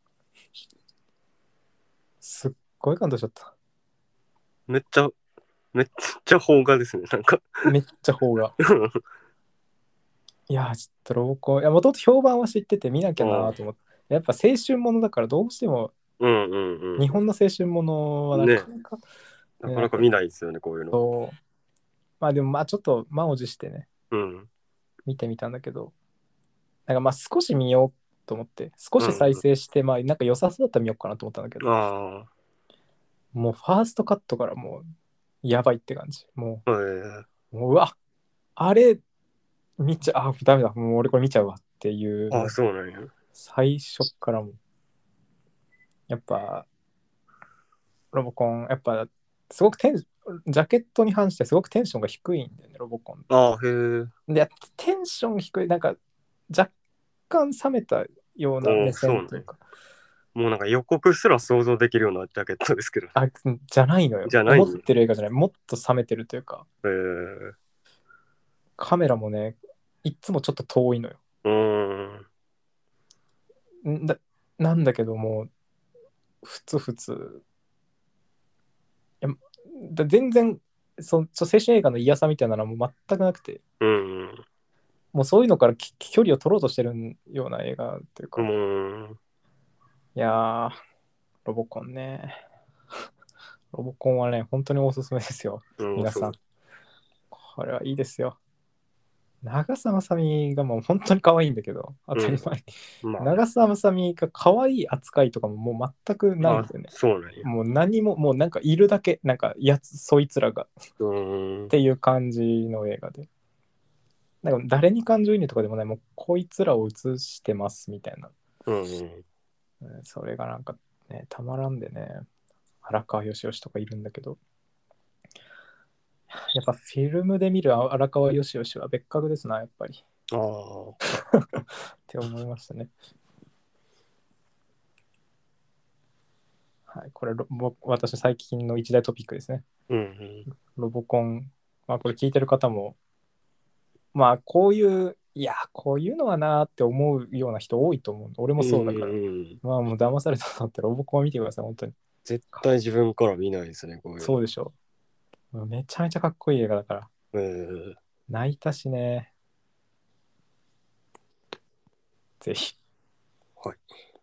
すっごい感動しちゃった。 めっちゃ、めっちゃ邦画ですね。なんかめっちゃ邦画。いやちょっとロボコン、いや、もともと評判は知ってて見なきゃなと思って。やっぱ青春ものだからどうしてもうんうん日本の青春ものはうん。ね、 なかなか、ね、 なかなか見ないですよね、こういうの。 まあでもまあちょっと満を持してね、 うん。 見てみたんだけど、なんかまあ少し見ようと思って、少し再うん。 生して、まあなんか良さそうだったら見ようかなと思ったんだけど、 あもうファーストカットからもうやばいって感じ。 あ、 うわ、あれ見ちゃ、ダメだ、もう俺これ見ちゃうわっていう、 ああ、 もうそうなんや。 最初からもう、やっぱロボコン、やっぱすごくジャケットに反してすごくテンションが低いんだよね、ロボコン。 ああ、へえ。 で、テンション低い、なんか若干冷めたような目おお、そうね。 線というか、 もうなんか予告すら想像できるようなジャケットですけどね。 じゃないのよ。思っじゃないんや。 てる映画じゃない。もっと冷めてるというか、 へえ。 カメラもね、いつもちょっと遠いのよ。 うーん。 んだなんだけども、ふつふつ。いや全然青春映画の嫌さみたいなのはもう全くなくて、 うん。 もうそういうのから距離を取ろうとしてるような映画といううか、 ん。 いやー、ロボコンね。ロボコンはね、本当におすすめですよ。 うん、 皆さん。 そう。 これはいいですよ。 長澤まさみがもう本当に可愛いんだけど、当たり前に。 まあ、 長澤まさみが可愛い扱いとかももう全くないんですよね。 そうなんや。 もう何も、もうなんかいるだけ、なんかそいつらがっていう感じの映画で。なんか誰に感情移入とかでもない、もうこいつらを映してますみたいな。それがなんかね、たまらんでね、荒川よしよしとかいるんだけど、やっぱフィルムで見る荒川よしよしは別格ですな、やっぱり。って思いましたね。はい、これ私最近の一大トピックですね。ロボコン。まあこれ聞いてる方も、まあこういう、いや、こういうのはなーって思うような人多いと思う。俺もそうだから。まあもう騙されたと思ったらロボコンを見てください、本当に。 絶対自分から見ないですね、こういうの。 そうでしょ。めちゃめちゃかっこいい映画だから。泣いたしね。ぜひ。 はい。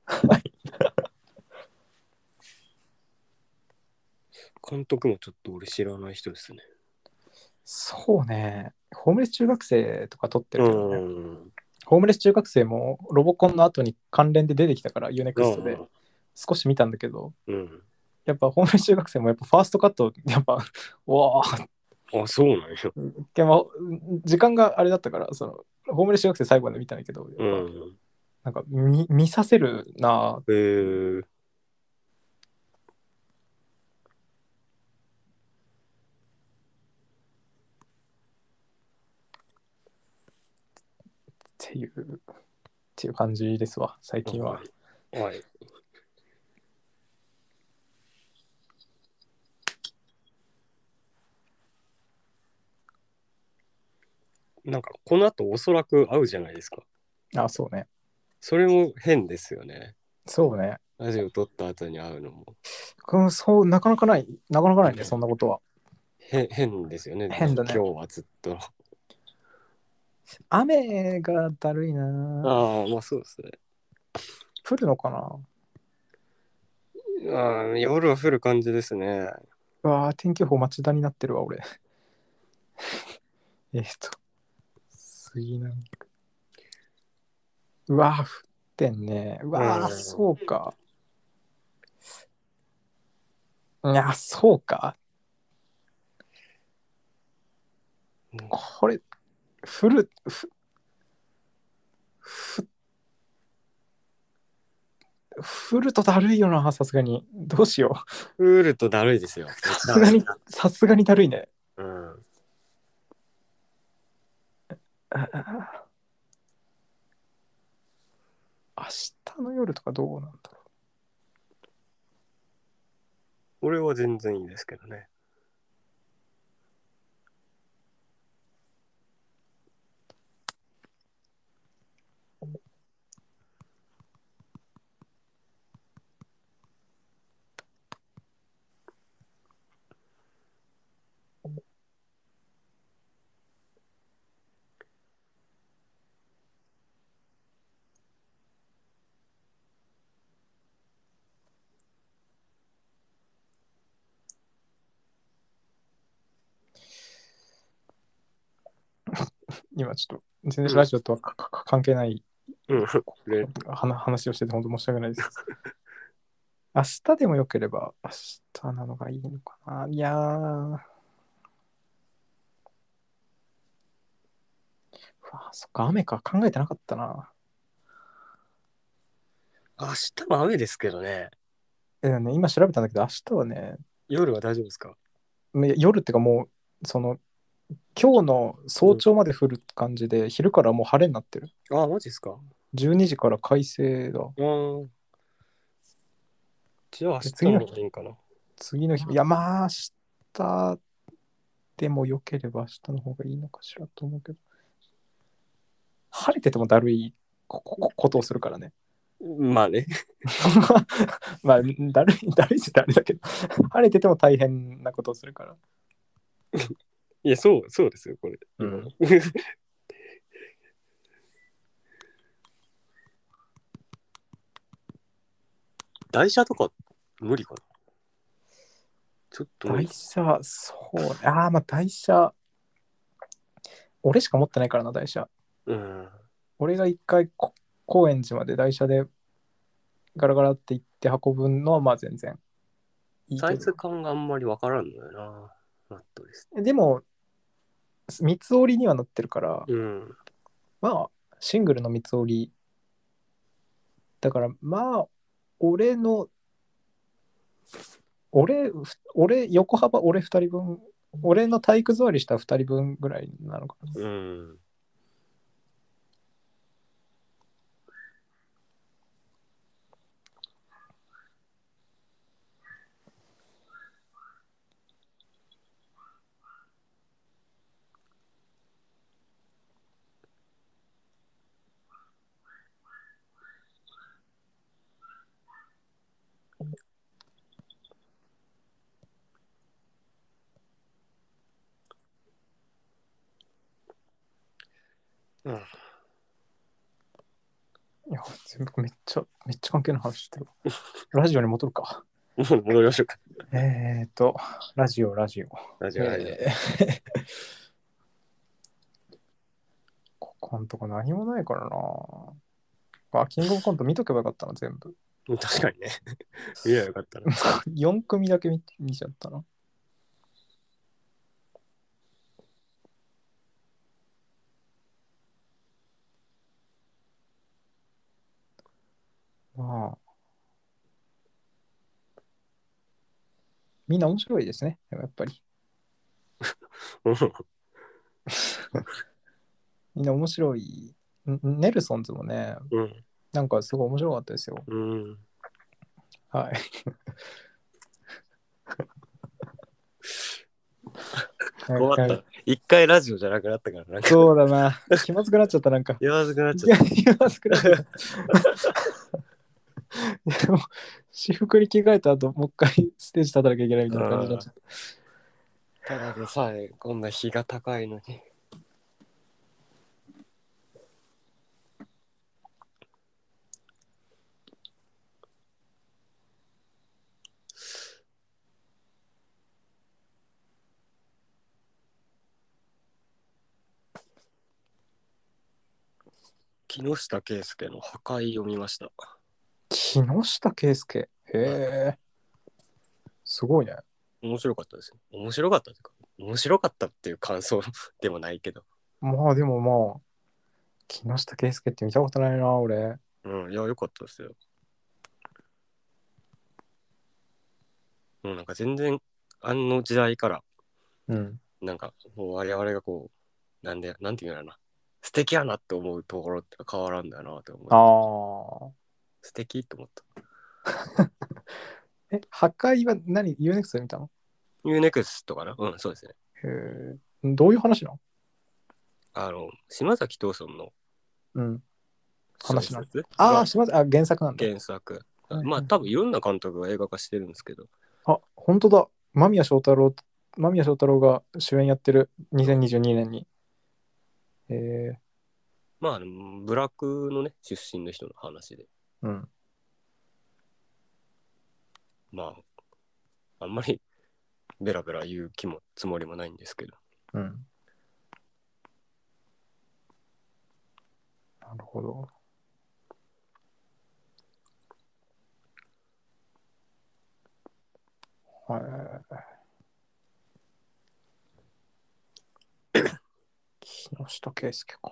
監督もちょっと俺知らない人ですね。 そうね。ホームレス中学生とか撮ってるけどね。ホームレス中学生もロボコンの後に関連で出てきたから、ユーネクストで少し見たんだけど、やっぱホームレス中学生もやっぱファーストカット、やっぱ、わあ、そうなんや。 でも時間があれだったから、そのホームレス中学生最後まで見たんだけど、やっぱ、なんか見させるな。っていう感じですわ、最近は。 はい。なんかこの後おそらく会うじゃないですか。 あ、そうね。 それも変ですよね。 そうね。 ラジオ撮った後に会うのも。 そう、なかなかないね、そんなことは。 変ですよね。 変だね。 今日はずっと。 雨がだるいな。 ああ、まあそうですね。 降るのかな。 夜は降る感じですね。 うわー、天気予報町田になってるわ、俺。杉並区。うわー、降ってんね。うわー、そうか。いや、そうか。これ、降る、降るとだるいよな、さすがに。どうしよ降るとだるいですよ。 う。さすがにだるいね。明日の夜とかどうなんだろ俺は全然いいですけどね。 今ちょっと、全然ラジオとは関係ない話をしてて本当申し訳ないです。明日でもよければ明日なのがいいのかな。いやー。そっか、雨か。考えてなかったな。 明日も雨ですけどね。 今調べたんだけど、明日はね、 夜は大丈夫ですか？ 夜ってかもう、今日の早朝まで降る感じで、昼からもう晴れになってる。 あ、マジですか？ 12時から快晴だ。 じゃあ明日の方がいいんかな。 次の日、いやまあ明日でもよければ明日の方がいいのかしらと思うけど、晴れててもだるいことをするからね。 まあね。 まあ、だるいってあれだけど、晴れてても大変なことをするから。 いや、そうですよ、これ。台車とか無理かな。ちょっと無理。 台車、そう。まあ台車。 俺しか持ってないからな、台車。 うん。 俺が一回高円寺まで台車でガラガラって行って運ぶのはまあ全然いいサイけど。 ズ感があんまりわからんのよな。マットレス。 でも、三つ折りにはなってるから、 うん。 まあ、シングルの三つ折り。だから、まあ、俺の、俺、横幅、俺二人分、俺の体育座りした二人分ぐらいなのかな。 うん。うん。 いや、全部めっちゃ関係ない話してる。ラジオに戻るか。 戻りましょうか。 ラジオ。 ラジオ、ラジオ。 ここんとこ何もないからな。キングオブコント見とけばよかったな、全部。 確かにね。いや、よかったな。 4組だけ見ちゃったな。まあ、みんな面白いですね、やっぱり。みんな面白い。ネルソンズもね、 うん。 なんかすごい面白かったですよ。 うん。 はい。 困った。一回ラジオじゃなくなったから、なんか。 そうだな。気まずくなっちゃった、なんか。 言わずくなっちゃった。 気まずくなっちゃった。でも、私服に着替えた後、もう一回ステージ立たなきゃいけないみたいな感じになっちゃった。 ただでさえ、こんな日が高いのに。木下圭介の破壊を見ました。 木下圭介。へえ。すごいね。 面白かったですよ。面白かったというか、面白かったっていう感想でもないけど。 まあでもまあ、木下圭介って見たことないな、俺。 うん、いや、よかったですよ。もうなんか全然、あの時代から、 うん。 なんか、もう我々がこう、なんていうのかな、素敵やなって思うところって変わらんだよなって思あう。 あ。 素敵って思った。 破壊は何？ UNEXT で見たの？ ユーネクストかな。うん、そうですね。 へえ。どういう話なの？ 島崎藤村のうん。 小話なの？ 説ああ、 がしまあ、原作なんだ。 原作。 はいはい。 まあ多分いろんな監督が映画化してるんですけど、 あ、本当だ。間宮祥太朗が主演やってる2022年に。えまあブラックのね、出身の人の話で、 うん。 まあ、あんまりベラベラ言うつもりもないんですけど、 うん。なるほど。はい。木下圭介か。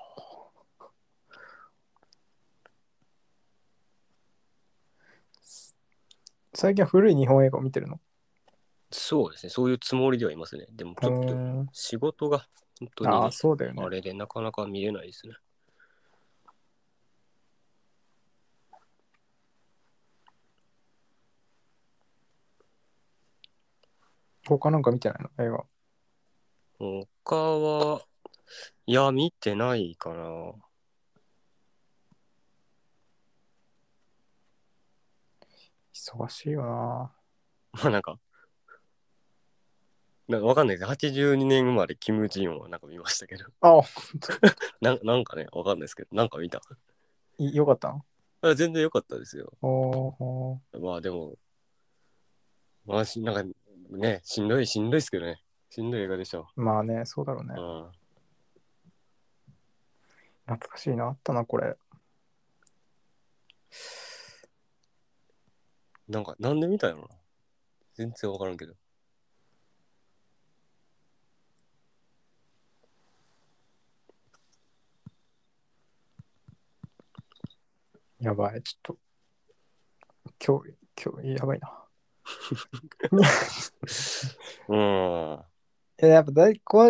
最近は古い日本映画を見てるの？ そうですね、そういうつもりではいますね。でもちょっと仕事が本当にああ、 ね、 そうだよね。 あれでなかなか見れないですね。 他なんか見てないの映画？ 他は、いや、見てないかな。 忙しいよな。 まあなんかわかんないです。82年生まれ、キム・ジヨンはなんか見ましたけど。 あ、 なんかね、わかんないですけど、なんか見た。 よかったの？ 全然良かったですよ。 おー。 まあでも、まあなんかね、しんどいですけどね。しんどい映画でしょ。 まあね、そうだろうね。 うん。 懐かしいな、あったな、これ。 なんか、なんで見たんやろな。全然わからんけど。 やばい、ちょっと、今日、やばいな。 うん。 やっぱ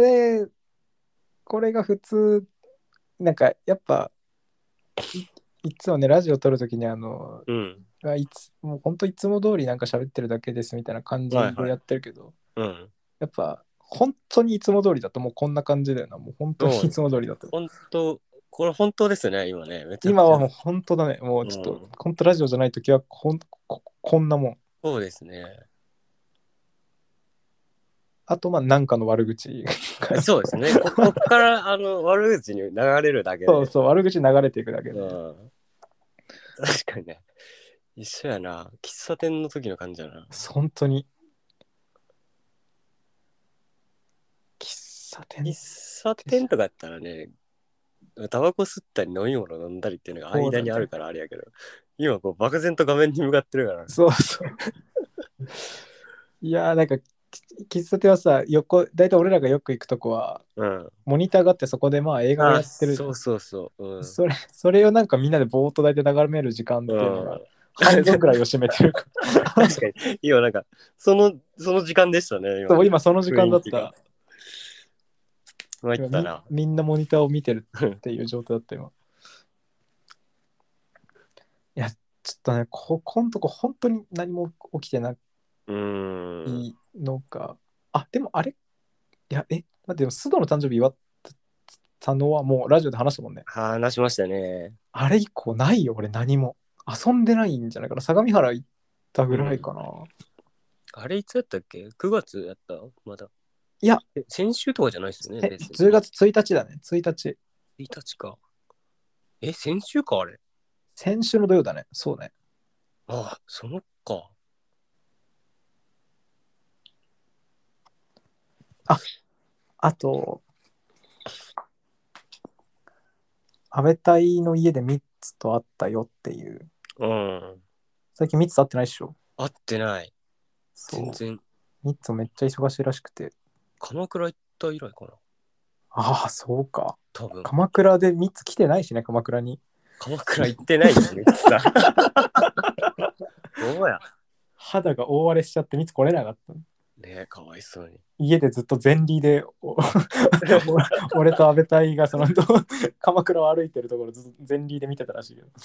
これが普通、なんか、やっぱ、いつもね、ラジオ撮るときにうん。 もう本当いつも通りなんか喋ってるだけですみたいな感はいはい。 じでやってるけど、 うん。 やっぱ本当にいつも通りだともうこんな感じだよな。もう本当にいそう。 つも通りだと。 本当、これ本当ですね、今ね。めちゃくちゃ。 今はもう本当だね。もうちょっと、 うん。 本当ラジオじゃないときはこんなもん。 そうですね。 あとまあなんかの悪口がそうですね。こっから、悪口に流れるだけで。 そうそう、悪口流れていくだけうで。 ん。確かにね。一緒やな。喫茶店の時の感じやな。 本当に。喫茶店喫茶店とかやったらね、タバコ吸ったり飲み物飲んだりっていうのがそうだね。 間にあるからあれやけど、今こう漠然と画面に向かってるから。 そうそう。いやーなんか喫茶店はさ、大体俺らがよく行くとこは、 うん。 モニターがあってそこでまあ映画があ、 やってるじゃん。 そうそうそう。うん。 それをなんかみんなでぼーっと大体眺める時間っうていうのがん。 半分ぐらいを占めてるか確かに。今なんか、その時間でしたね、今そう、 ね。 今その時間雰囲気が。 だった。 参っ今たな。 みんなモニターを見てるっていう状態だった今。いや、ちょっとね、こんとこ本当に何も起きてなうーん。 いのか。あ、でもあれいや、待って、でも須藤の誕生日祝ったのはもうラジオで話したもんね。 話しましたね。 あれ以降ないよ、俺何も。遊んでないんじゃないかな。相模原行ったぐらいかな。 あれいつやったっけ？ 9 月やったまだ。 いや、 先週とかじゃないっすよね、別に。 10月1日だね。1日。 1日か。先週か、あれ。 先週の土曜だね。そうね。 ああ、そのか。 あと、安倍隊の家でミッツと会ったよっていう。 うん。 最近ミッツと会ってないっしょ。 会ってない。全そう。 然。 ミッツもめっちゃ忙しいらしくて。 鎌倉行った以来かな。 ああ、そうか。 多分。 鎌倉でミッツ来てないしね、鎌倉に。 鎌倉行ってないよね、さ。どうや。 肌が大荒れしちゃってミッツ来れなかった。 ねえ、かわいそうに。 家でずっと前輪で俺と安倍隊がその鎌倉を歩いてるところずっと前輪で見てたらしいけど。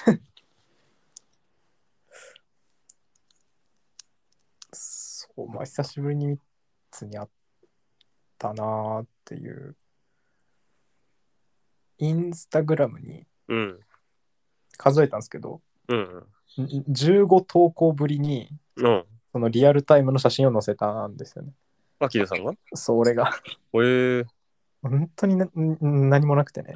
そう、まあ久しぶりにミッツに会ったなーっていう。インスタグラムにうん。 数えたんですけど、 うん。 15投稿ぶりにうん。 そのリアルタイムの写真を載せたんですよね。 あ、キドさんが。 そう、俺が。本当に何もなくてね。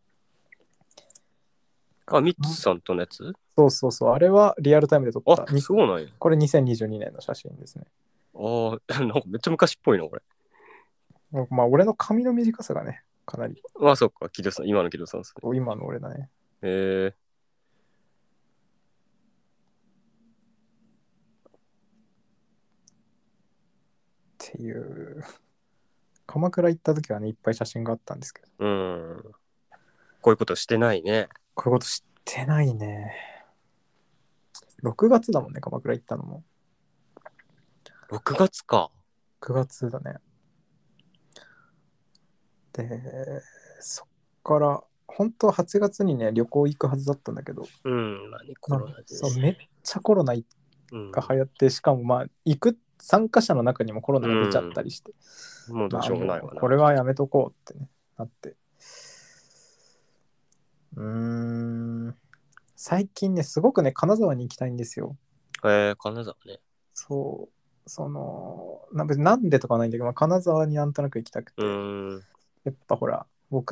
あ、ミッツさんとのやつ。 そうそうそう。あれはリアルタイムで撮っあ、 た。 そうなんや。 これ2022年の写真ですね。 ああ、なんかめっちゃ昔っぽいな、これ。 まあ、俺の髪の短さがね、かなり、 あ、そっか、キドさん、今のキドさんです今の俺だね。 ね。 っていう。鎌倉行った時はね、いっぱい写真があったんですけど。 うん。こういうことしてないね。 こういうこと知ってないね。6月だもんね、鎌倉行ったのも。 6月か。 9月だね。で、そっから、本当は8月にね、旅行行くはずだったんだけど、 うん、何コロナでそう、めっちゃコロナがうん。 流行って、しかもまあ、行く参加者の中にもコロナが出ちゃったりして、 もうどうしようもないわな。 これはやめとこうってね、なって。最近ね、すごくね、金沢に行きたいんですよ。 金沢ね。 そう、別になんでとかはないんだけど、まあ、金沢になんとなく行きたくて。 ん。 やっぱほら、僕って、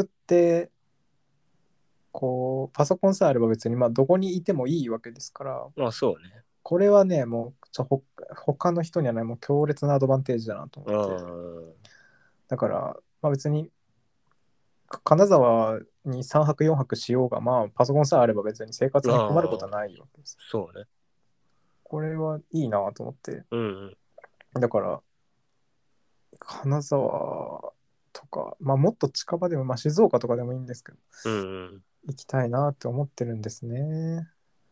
こう、パソコンさえあれば別に、まあ、どこにいてもいいわけですから、 まあそうね。 これはね、もう他の人にはね、もう強烈なアドバンテージだなと思って。 うん。 だから、まあ別に、金沢に3泊4泊しようが、まあパソコンさえあれば別に生活に困ることはないわけです。 そうね。 これはいいなと思って。 うんだから、金沢とか、まあもっと近場でも、まあ静岡とかでもいいんですけど、 うん行きたいなって思ってるんですね。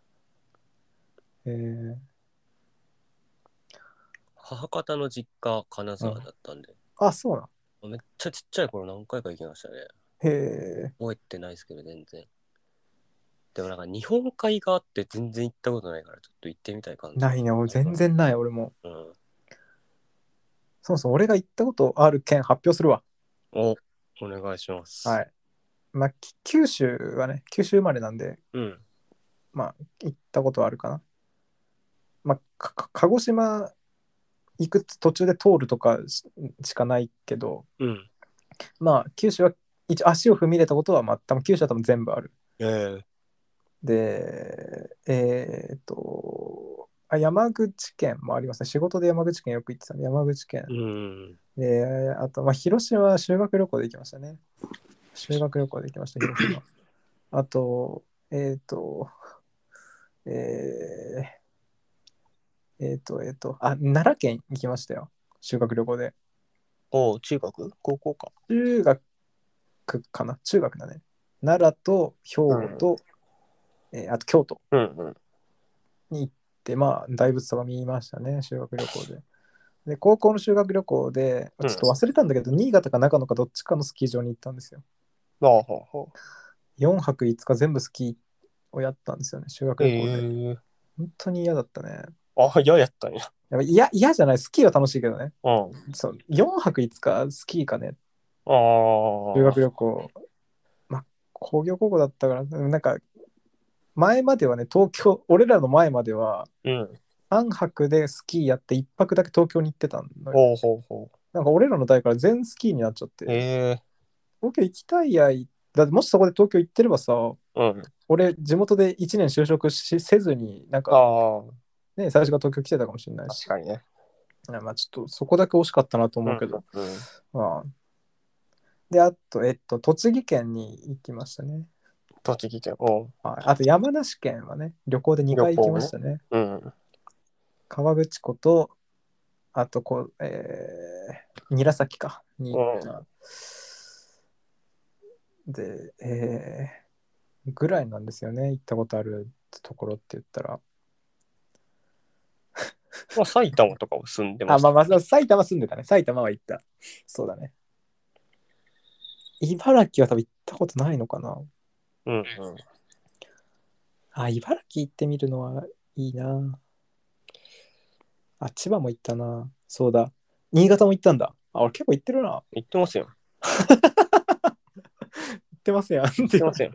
母方の実家、金沢だったんで、 あ、そうな。 めっちゃちっちゃい頃何回か行きましたね。 へえ。 覚えてないですけど、全然。でもなんか日本海側って全然行ったことないから、ちょっと行ってみたい感じ。 ないね、俺全然ない、俺も。 うん。 そもそも俺が行ったことある県発表するわ。 お願いします。 はい。まあ、九州はね、九州生まれなんで、 うん。 まあ、行ったことはあるかな。まあ、鹿児島行く途中で通るとかしかないけど、 うん。 まあ、九州は一応足を踏み入れたことは、まあ、多分九州は多分全部ある。で、山口県もありますね。仕事で山口県よく行ってたんで、山口県。 うん。 で、あと、まあ、広島は修学旅行で行きましたね。修学旅行で行きました、広島。あと、え奈良県行きましたよ。修学旅行で。 中学高校か。 中学かな中学だね。奈良と兵庫と、あと京都に行って、まあ、大仏とか見ましたね、修学旅行で。で、高校の修学旅行で、ちょっと忘れたんだけど、新潟か長野かどっちかのスキー場に行ったんですよ。4泊5日全部スキーをやったんですよね、修学旅行で。本当に嫌だったね。 嫌やったんや。 嫌じゃない、スキーは楽しいけどね。 うん。 そう4泊5日スキーかね、 ああ。 修学旅行。まあ、工業高校だったから、なんか、前まではね、東京、俺らの前までは、 うん。 3泊でスキーやって1泊だけ東京に行ってたのよ。 ほうほうほなんか俺らの代から全スキーになっちゃっう。 て、東京行きたいだってもしそこで東京行ってればさ、 うん。 俺地元で1年就職せずに、なんかああ。 ね、最初から東京来てたかもしれないし、 確かにね。 まあちょっとそこだけ惜しかったなとうん思うけど、 うん。 まあ、で、あと、栃木県に行きましたね。 栃木県。 はい、あと山梨県はね、旅行で2回行きましたね。 うん。 河口湖と、あと韮崎かに行った。で、ぐらいなんですよね、行ったことあるところって言ったら。 まあ、埼玉とかも住んでまあ、 した。 まあまあ、埼玉住んでたね。埼玉は行った。そうだね。茨城は多分行ったことないのかな。 うんうん。 茨城行ってみるのはいいな。千葉も行ったな。そうだ。新潟も行ったんだ。俺結構行ってるな。 行ってますよ。 行ってますやん。 行ってますよ。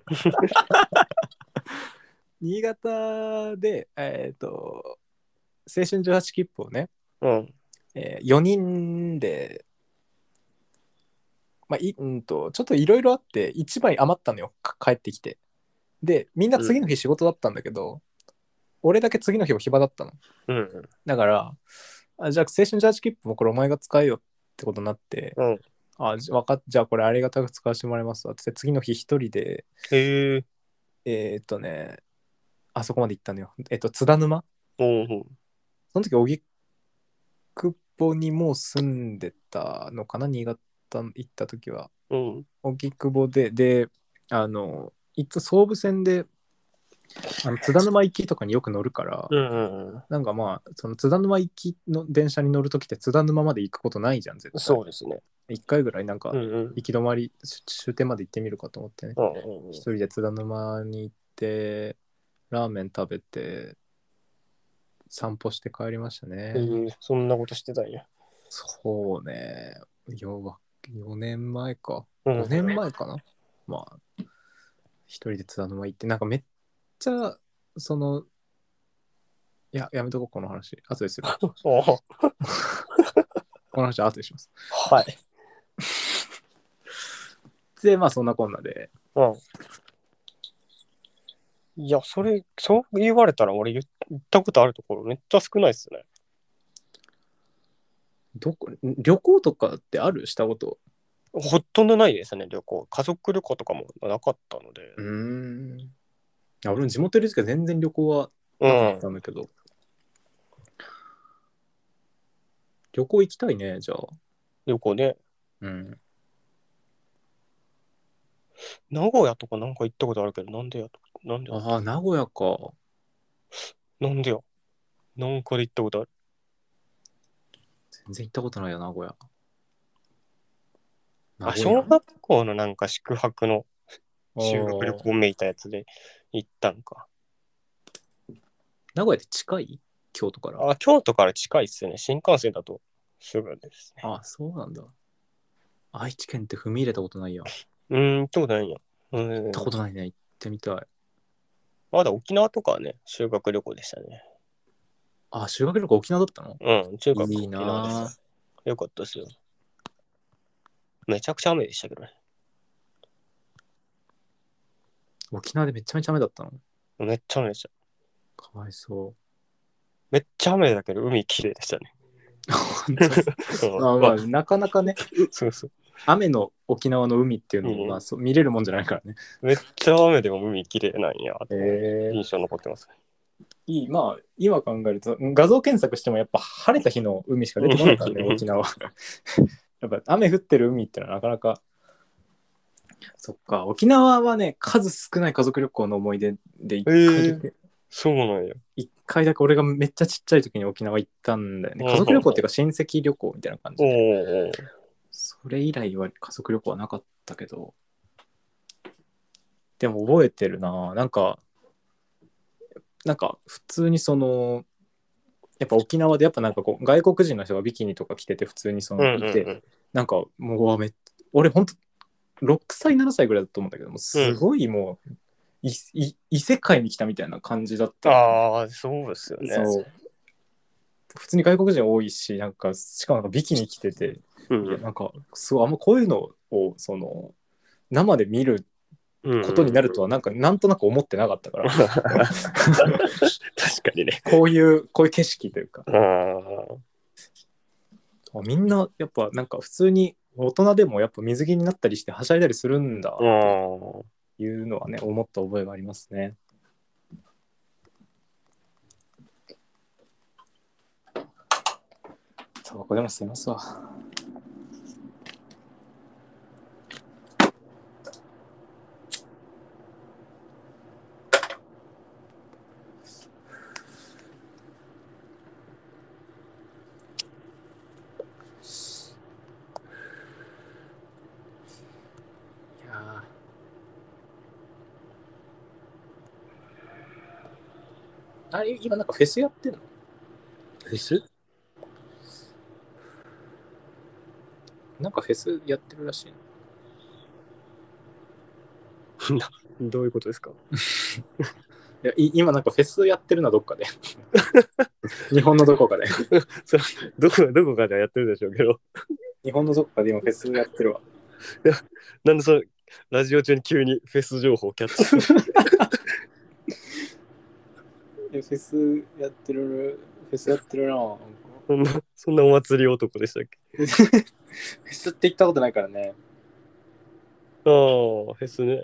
新潟で、青春18切符をね、 うん。 4人で、まあ、ちょっといろいろあって、1枚余ったのよ、帰ってきて。で、みんな次の日仕事だったんだけど、俺だけ次の日は暇だったの。 うん。 だから、じゃあ青春18切符もこれお前が使えよってことになって、 うん。 じゃあこれありがたく使わせてもらいますわって次の日一人で、 へあそこまで行ったのよ。津田沼。 うん。 その時、荻窪にもう住んでたのかな、新潟行った時は。 うん。 荻窪で、いつ総武線で、津田沼行きとかによく乗るから、なんかまあ、その津田沼行きの電車に乗るときって津田沼まで行くことないじゃん、絶対。 そうですね。 一回ぐらいなんか、行き止まり、終点まで行ってみるかと思ってね。一人で津田沼に行って、ラーメン食べて、散歩して帰りましたね。 そんなことしてたんや。 そうね。4年前か。5年前かな。まあ、一人で津田沼行って、なんかめっちゃ、やめとこう、この話。後でする。この話後でします。 はい。 で、まあそんなこんなで。 いや、そう言われたら俺行ったことあるところめっちゃ少ないっすね。 旅行とかってあるしたこと？ ほとんどないですね、旅行。家族旅行とかもなかったので。 俺も地元いる時は全然旅行はなかったんだけど。旅行行きたいね、じゃあ。 旅行ね。名古屋とかなんか行ったことあるけど、なんでやと。なんでやああ、名古屋か。 なんでや。なんかで行ったことある。 全然行ったことないよ、名古屋。 小学校のなんか宿泊の修学旅行めいたやつで行ったんか。 名古屋って近い？京都から。 京都から近いっすよね。新幹線だとすぐですね。 そうなんだ。愛知県って踏み入れたことないや。 行ったことないんや。 行ったことないね。行ってみたい。 まだ沖縄とかはね、修学旅行でしたね。 修学旅行沖縄だったの？ 中学いい沖縄でした。よかったですよ。めちゃくちゃ雨でしたけどね。 沖縄でめちゃめちゃ雨だったの？ めっちゃ雨でした。 かわいそう。 めっちゃ雨だけど海綺麗でしたね。 本当？なかなかね。 そうそう。 雨の沖縄の海っていうのも、見れるもんじゃないからね。 めっちゃ雨でも海綺麗なんやと印象残ってます。 今考えると画像検索してもやっぱ晴れた日の海しか出てこないからね、沖縄は。やっぱ雨降ってる海ってのはなかなか。そっか、沖縄はね、数少ない家族旅行の思い出で1回だけ、 そうなんや。 1回だけ俺がめっちゃちっちゃい時に沖縄行ったんだよね。家族旅行っていうか親戚旅行みたいな感じで。それ以来は家族旅行はなかったけど、でも覚えてるな。なんか普通にやっぱ沖縄でやっぱなんかこう外国人の人がビキニとか着てて普通にいて、なんかもう俺ほんと6歳7歳ぐらいだと思うんだけども、すごいもう異世界に来たみたいな感じだった。 そうですよね。 そう普通に外国人多いし、なんかしかもなんかビキニ着てて、いやなんかすごいあんまこういうのを生で見ることになるとはなんとなく思ってなかったから。確かにね。 こういう景色というか。みんなやっぱなんか普通に大人でもやっぱ水着になったりしてはしゃいだりするんだというのはね、思った覚えがありますね。タバコでも吸いますわ。今なんかフェスやってんの？ フェス？ なんかフェスやってるらしいの。どういうことですか？ いや今なんかフェスやってるのはどっかで。日本のどこかで。 どこかでやってるでしょうけど。 日本のどこかで今フェスやってるわ。 いや、なんでそれラジオ中に急にフェス情報をキャッチする？ フェスやってるな。 そんなお祭り男でしたっけ？ フェスって行ったことないからね。 フェスね。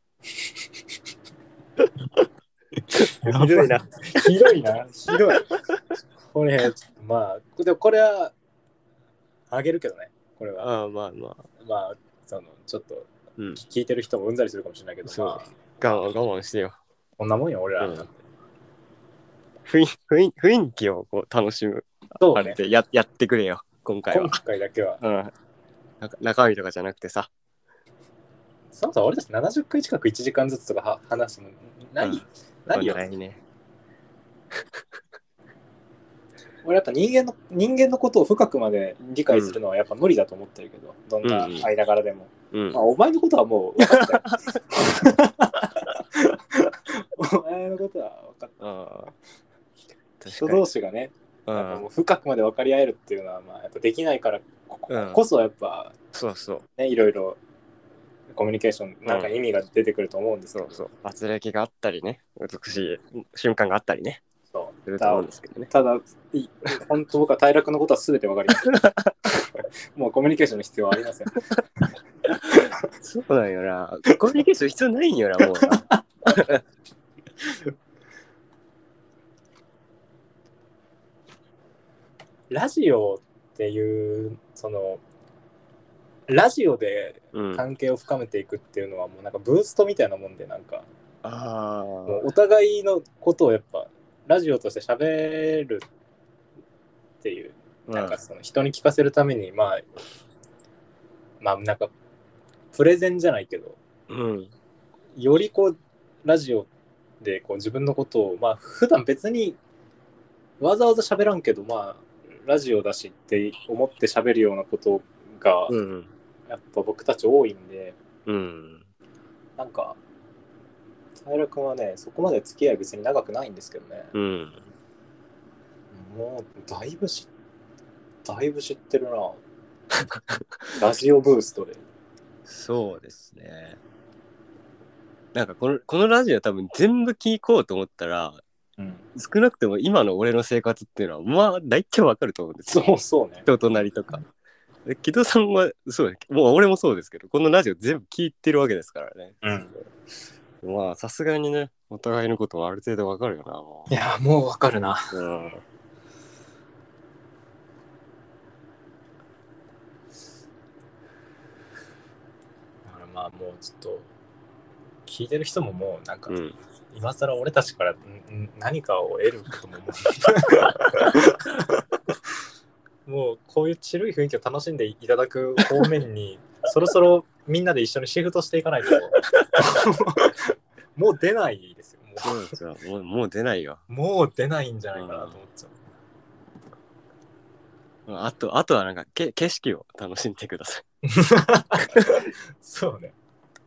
ひどいな。 ひどい。これ、まあ、でもこれは、あげるけどね。これは。まあ、ちょっと、聞いてる人もうんざりするかもしれないけど、 我慢してよ。 こんなもんよ、俺ら。 雰囲気をこう楽しむ。 そうね。 やってくれよ、今回は。 今回だけは。 中身とかじゃなくてさ。 そもそも俺たち70回近く1時間ずつとか話すの何よ。 ないね。 俺やっぱ人間のことを深くまで理解するのはやっぱ無理だと思ってるけど、どんな間柄でも。お前のことはもう分かったよ。お前のことは分かった。人同士がね、もう深くまで分かり合えるっていうのはまあやっぱできないからこそやっぱ、ね、いろいろコミュニケーションなんか意味が出てくると思うんですけど、 圧力があったりね、美しい瞬間があったりね。 すると思うんですけどね。 ただ、本当僕は平君のことは全てわかります。もうコミュニケーションの必要はありません。 そうなんよな。コミュニケーション必要ないんよな、もうな。 ラジオっていうラジオで関係を深めていくっていうのはもうなんかブーストみたいなもんで、なんかもうお互いのことをやっぱラジオとして喋るっていう、なんかその人に聞かせるためにまあなんかプレゼンじゃないけど、よりこうラジオでこう自分のことをまあ普段別にわざわざ喋らんけど、まあラジオだしって思って喋るようなことがやっぱ僕たち多いんで、なんか平君はね、そこまで付き合い別に長くないんですけどね、もうだいぶ知ってるな。ラジオブーストで。 そうですね。なんかこのラジオ多分全部聞こうと思ったら、少なくても今の俺の生活っていうのはまあ大体わかると思うんですよ。そうね。 人となりとか。木戸さんはそうね、もう俺もそうですけど、このラジオ全部聞いてるわけですからね。まあさすがにね、お互いのことはある程度わかるよな。もういやもうわかるな。まあもうちょっと聞いてる人ももうなんか、今更俺たちから何かを得ることももうこういうチルい雰囲気を楽しんでいただく方面にそろそろみんなで一緒にシフトしていかないともう出ないですよ。 もう出ないよ。 もう出ないんじゃないかなと思っちゃう。 あとはなんか景色を楽しんでください。 そうね。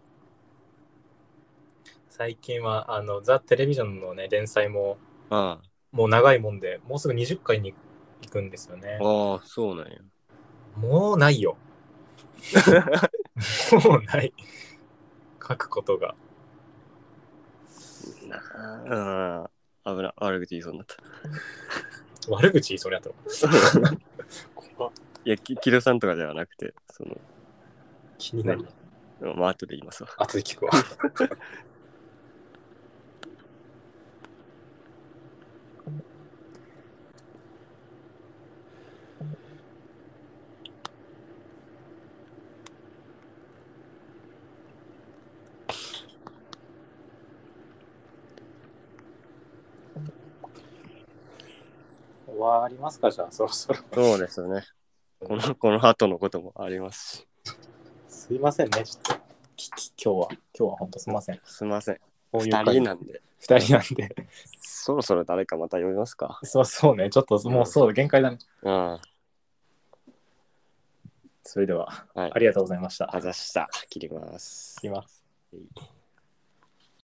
最近はザ・テレビジョンのね連載ももう長いもんでもうすぐ20回に行くんですよね。 ああ、そうなんや。もうないよ。もうない。書くことが。危ない。悪口言いそうになった。悪口言いそうになったのいや、木戸さんとかではなくて、 気になる。 まあ、後で言いますわ。 後で聞くわ。終わりますか、じゃあそろそろ。 そうですよね。この後のこともありますし。 すいませんね、ちょっと今日は本当すいません。 すいません。 2 人なんで。そろそろ誰かまた呼びますか。 そうね、ちょっともうそう限界だね。それでは、ありがとうございました。 切ります。